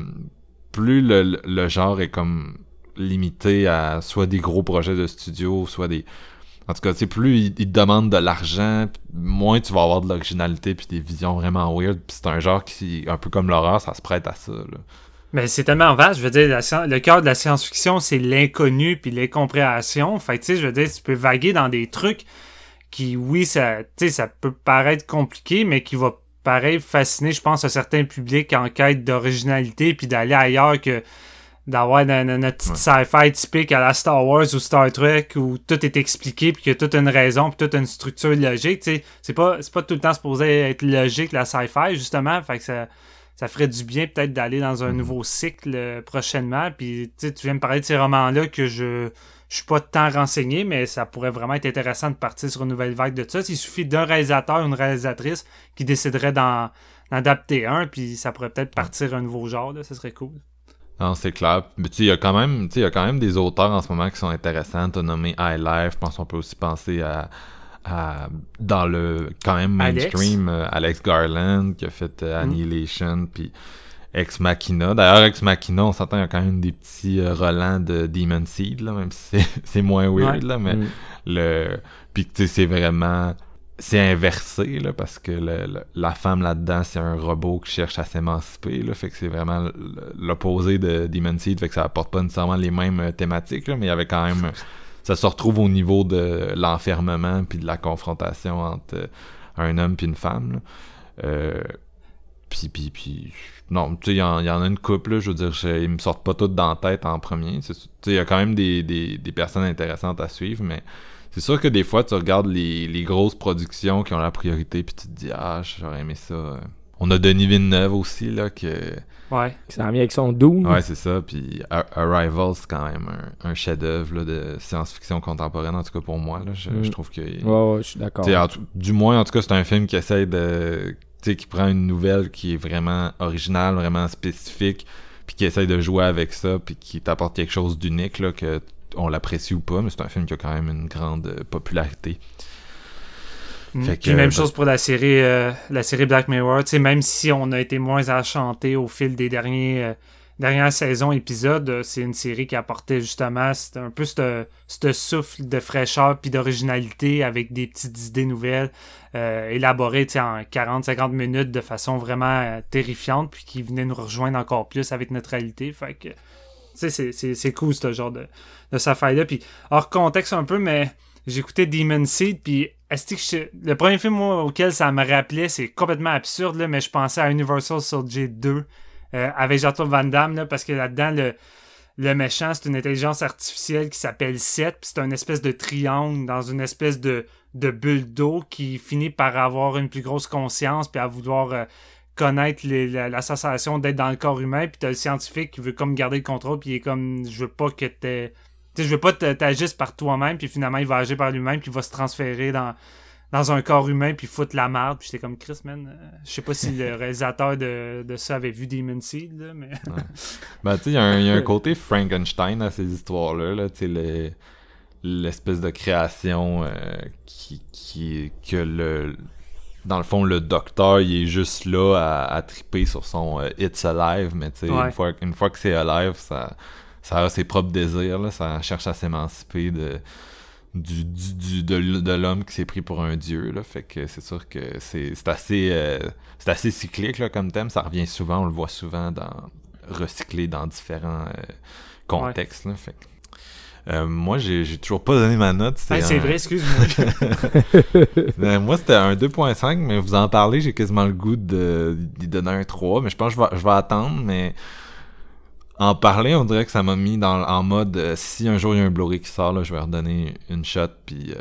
le genre est comme limité à soit des gros projets de studio, soit des... En tout cas, tu sais, plus ils te demandent de l'argent, moins tu vas avoir de l'originalité puis des visions vraiment weird. Puis c'est un genre qui, un peu comme l'horreur, ça se prête à ça, là. Mais c'est tellement vaste, je veux dire, le cœur de la science-fiction, c'est l'inconnu puis l'incompréhension. Fait que, tu sais, je veux dire, tu peux vaguer dans des trucs qui, oui, ça peut paraître compliqué, mais qui va pareil fasciner, je pense, à certains publics en quête d'originalité puis d'aller ailleurs que d'avoir notre petite sci-fi typique à la Star Wars ou Star Trek où tout est expliqué puis qu'il y a toute une raison puis toute une structure logique, tu sais, c'est pas tout le temps supposé être logique la sci-fi justement, fait que ça ferait du bien peut-être d'aller dans un nouveau cycle prochainement, puis tu sais, tu viens me parler de ces romans-là que je suis pas tant renseigné, mais ça pourrait vraiment être intéressant de partir sur une nouvelle vague de ça. Il suffit d'un réalisateur ou une réalisatrice qui déciderait d'en adapter un, puis ça pourrait peut-être partir un nouveau genre, là, ça serait cool. Non, c'est clair. Mais tu sais, il y a quand même des auteurs en ce moment qui sont intéressants. T'as nommé High Life. Je pense qu'on peut aussi penser à dans le quand même mainstream Alex Garland qui a fait Annihilation puis Ex Machina. D'ailleurs, Ex Machina, on s'entend, il y a quand même des petits relents de Demon Seed, là, même si c'est moins weird, là, mais puis tu sais, c'est vraiment... C'est inversé, là, parce que la femme là-dedans, c'est un robot qui cherche à s'émanciper, là, fait que c'est vraiment l'opposé de Demon Seed, fait que ça apporte pas nécessairement les mêmes thématiques, là, mais il y avait quand même... Ça se retrouve au niveau de l'enfermement puis de la confrontation entre un homme puis une femme, là. Puis non, tu sais, il y en a une couple, là, je veux dire, ils me sortent pas toutes dans la tête en premier. Tu sais, il y a quand même des personnes intéressantes à suivre, mais c'est sûr que des fois, tu regardes les grosses productions qui ont la priorité, puis tu te dis, j'aurais aimé ça. On a Denis Villeneuve aussi, là, que... Ouais. Qui s'en vient avec son Doom. Ouais, c'est ça. Puis Arrival, c'est quand même un chef-d'œuvre là, de science-fiction contemporaine, en tout cas pour moi. Là, je trouve que... Ouais, je suis d'accord. Du moins, en tout cas, c'est un film qui essaie de... Tu sais, qui prend une nouvelle qui est vraiment originale, vraiment spécifique, puis qui essaie de jouer avec ça, puis qui t'apporte quelque chose d'unique, là, que on l'apprécie ou pas, mais c'est un film qui a quand même une grande popularité. Puis même chose pour la série Black Mirror, tu sais, même si on a été moins enchanté au fil des dernières saisons, épisodes, c'est une série qui apportait justement un peu ce souffle de fraîcheur puis d'originalité avec des petites idées nouvelles élaborées, tu sais, en 40-50 minutes de façon vraiment terrifiante, puis qui venait nous rejoindre encore plus avec notre réalité. Fait que, tu sais, c'est cool ce genre de sci-fi-là. Puis hors contexte un peu, mais j'écoutais Demon Seed, puis le premier film auquel ça me rappelait, c'est complètement absurde, là, mais je pensais à Universal Soldier 2 avec Jean-Claude Van Damme, là, parce que là-dedans, le méchant, c'est une intelligence artificielle qui s'appelle Set, puis c'est une espèce de triangle dans une espèce de bulle d'eau qui finit par avoir une plus grosse conscience, puis à vouloir connaître la sensation d'être dans le corps humain, puis t'as le scientifique qui veut comme garder le contrôle, puis il est comme, je veux pas que je veux pas t'agisses par toi-même, puis finalement il va agir par lui-même, puis il va se transférer dans un corps humain, puis foutre la merde. Puis j'étais comme, Chris, man, je sais pas si le réalisateur de ça avait vu Demon Seed, là, mais... Ouais. Ben, tu sais, il y a un côté Frankenstein à ces histoires-là, là, tu sais, l'espèce de création que dans le fond, le docteur, il est juste là à triper sur son It's Alive, mais tu sais, une fois que c'est Alive, ça a ses propres désirs, là, ça cherche à s'émanciper de l'homme qui s'est pris pour un dieu, là, fait que c'est sûr que c'est assez cyclique, là, comme thème, ça revient souvent, on le voit souvent recyclé dans différents contextes, là, fait que... Moi, j'ai toujours pas donné ma note. C'est vrai, excuse-moi. Moi, c'était un 2.5, mais vous en parlez, j'ai quasiment le goût d'y donner un 3, mais je pense que je vais attendre, mais en parler, on dirait que ça m'a mis en mode si un jour il y a un Blu-ray qui sort, là, je vais redonner une shot, puis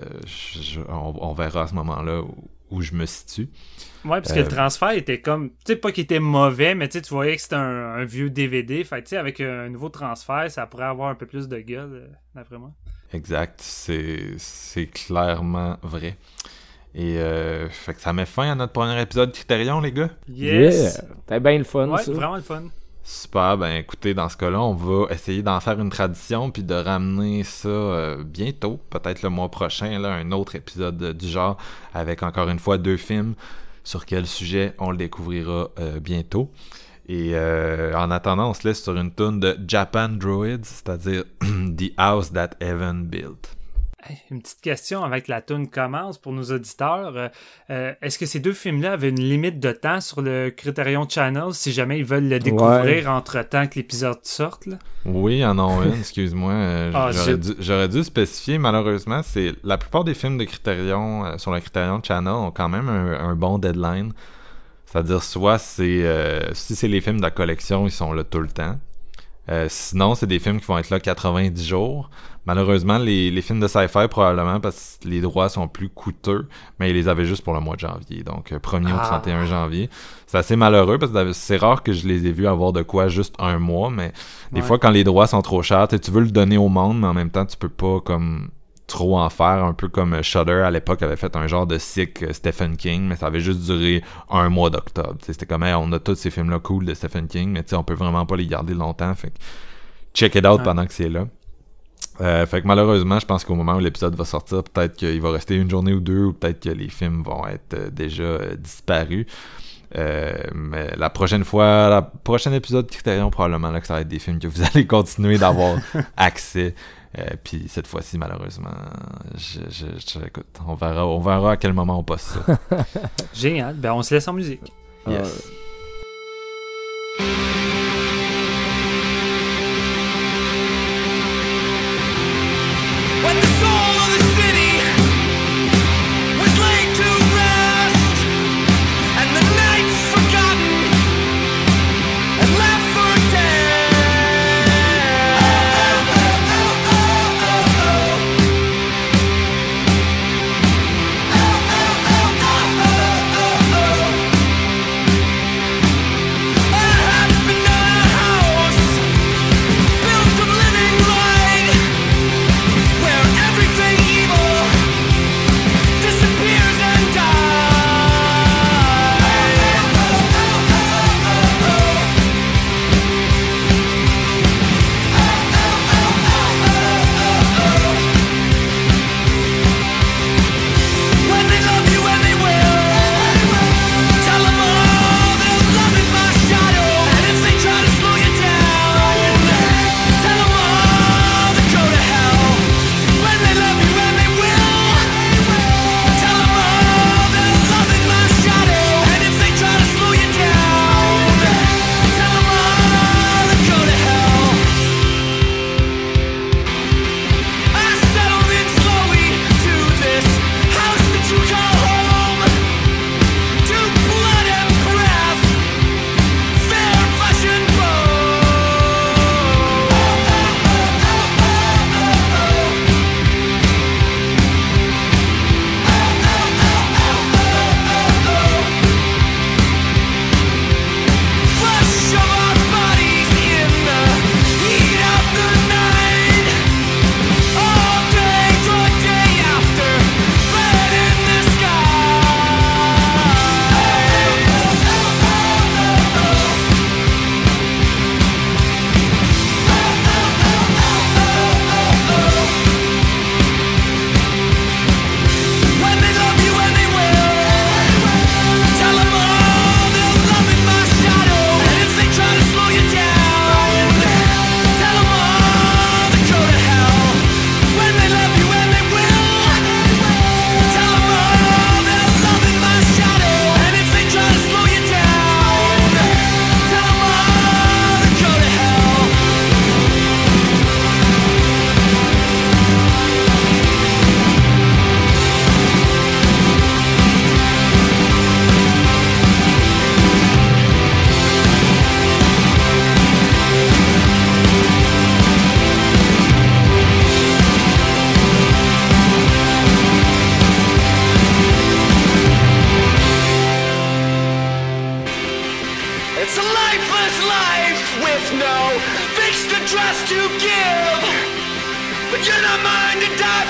on verra à ce moment-là où je me situe. Ouais, parce que le transfert était comme, tu sais, pas qu'il était mauvais, mais tu voyais que c'était un vieux DVD. Fait que, tu sais, avec un nouveau transfert, ça pourrait avoir un peu plus de gueule, d'après moi. Exact, c'est clairement vrai. Et fait que ça met fin à notre premier épisode Criterion, les gars. Yes! Yeah. C'était bien le fun, Ouais, ça. vraiment le fun. Super, ben écoutez, dans ce cas-là, on va essayer d'en faire une tradition puis de ramener ça bientôt, peut-être le mois prochain, là, un autre épisode du genre avec encore une fois 2 films. Sur quel sujet, on le découvrira bientôt. Et en attendant, on se laisse sur une toune de Japan Droids, c'est-à-dire The House That Heaven Built. Hey, une petite question avec la toune commence pour nos auditeurs. Est-ce que ces 2 films-là avaient une limite de temps sur le Criterion Channel si jamais ils veulent le découvrir entre-temps que l'épisode sorte? Là? Oui, il y en a une, excuse-moi. J'aurais dû spécifier, malheureusement, c'est la plupart des films de Criterion sur le Criterion Channel ont quand même un bon deadline. C'est-à-dire, soit si c'est les films de la collection, ils sont là tout le temps. Sinon, c'est des films qui vont être là 90 jours. Malheureusement, les films de sci-fi, probablement, parce que les droits sont plus coûteux, mais ils les avaient juste pour le mois de janvier. Donc, 1er au 31 janvier. C'est assez malheureux, parce que c'est rare que je les ai vus avoir de quoi juste un mois, mais des fois, quand les droits sont trop chers, tu veux le donner au monde, mais en même temps, tu peux pas, comme trop en faire, un peu comme Shudder à l'époque avait fait un genre de cycle Stephen King, mais ça avait juste duré un mois d'octobre. T'sais, c'était comme, hey, on a tous ces films-là cool de Stephen King, mais on peut vraiment pas les garder longtemps, fait que check it out pendant que c'est là. Fait que malheureusement, je pense qu'au moment où l'épisode va sortir, peut-être qu'il va rester une journée ou 2, ou peut-être que les films vont être déjà disparus. Mais la prochaine fois, le prochain épisode de Criterion, probablement là, que ça va être des films que vous allez continuer d'avoir accès. Puis cette fois-ci, malheureusement, écoute, on verra à quel moment on passe ça. Génial. Ben, on se laisse en musique. Yes. When the soul of the city was laid to rest, and the nights forgotten and left for dead. just to give, but you're not mine to die.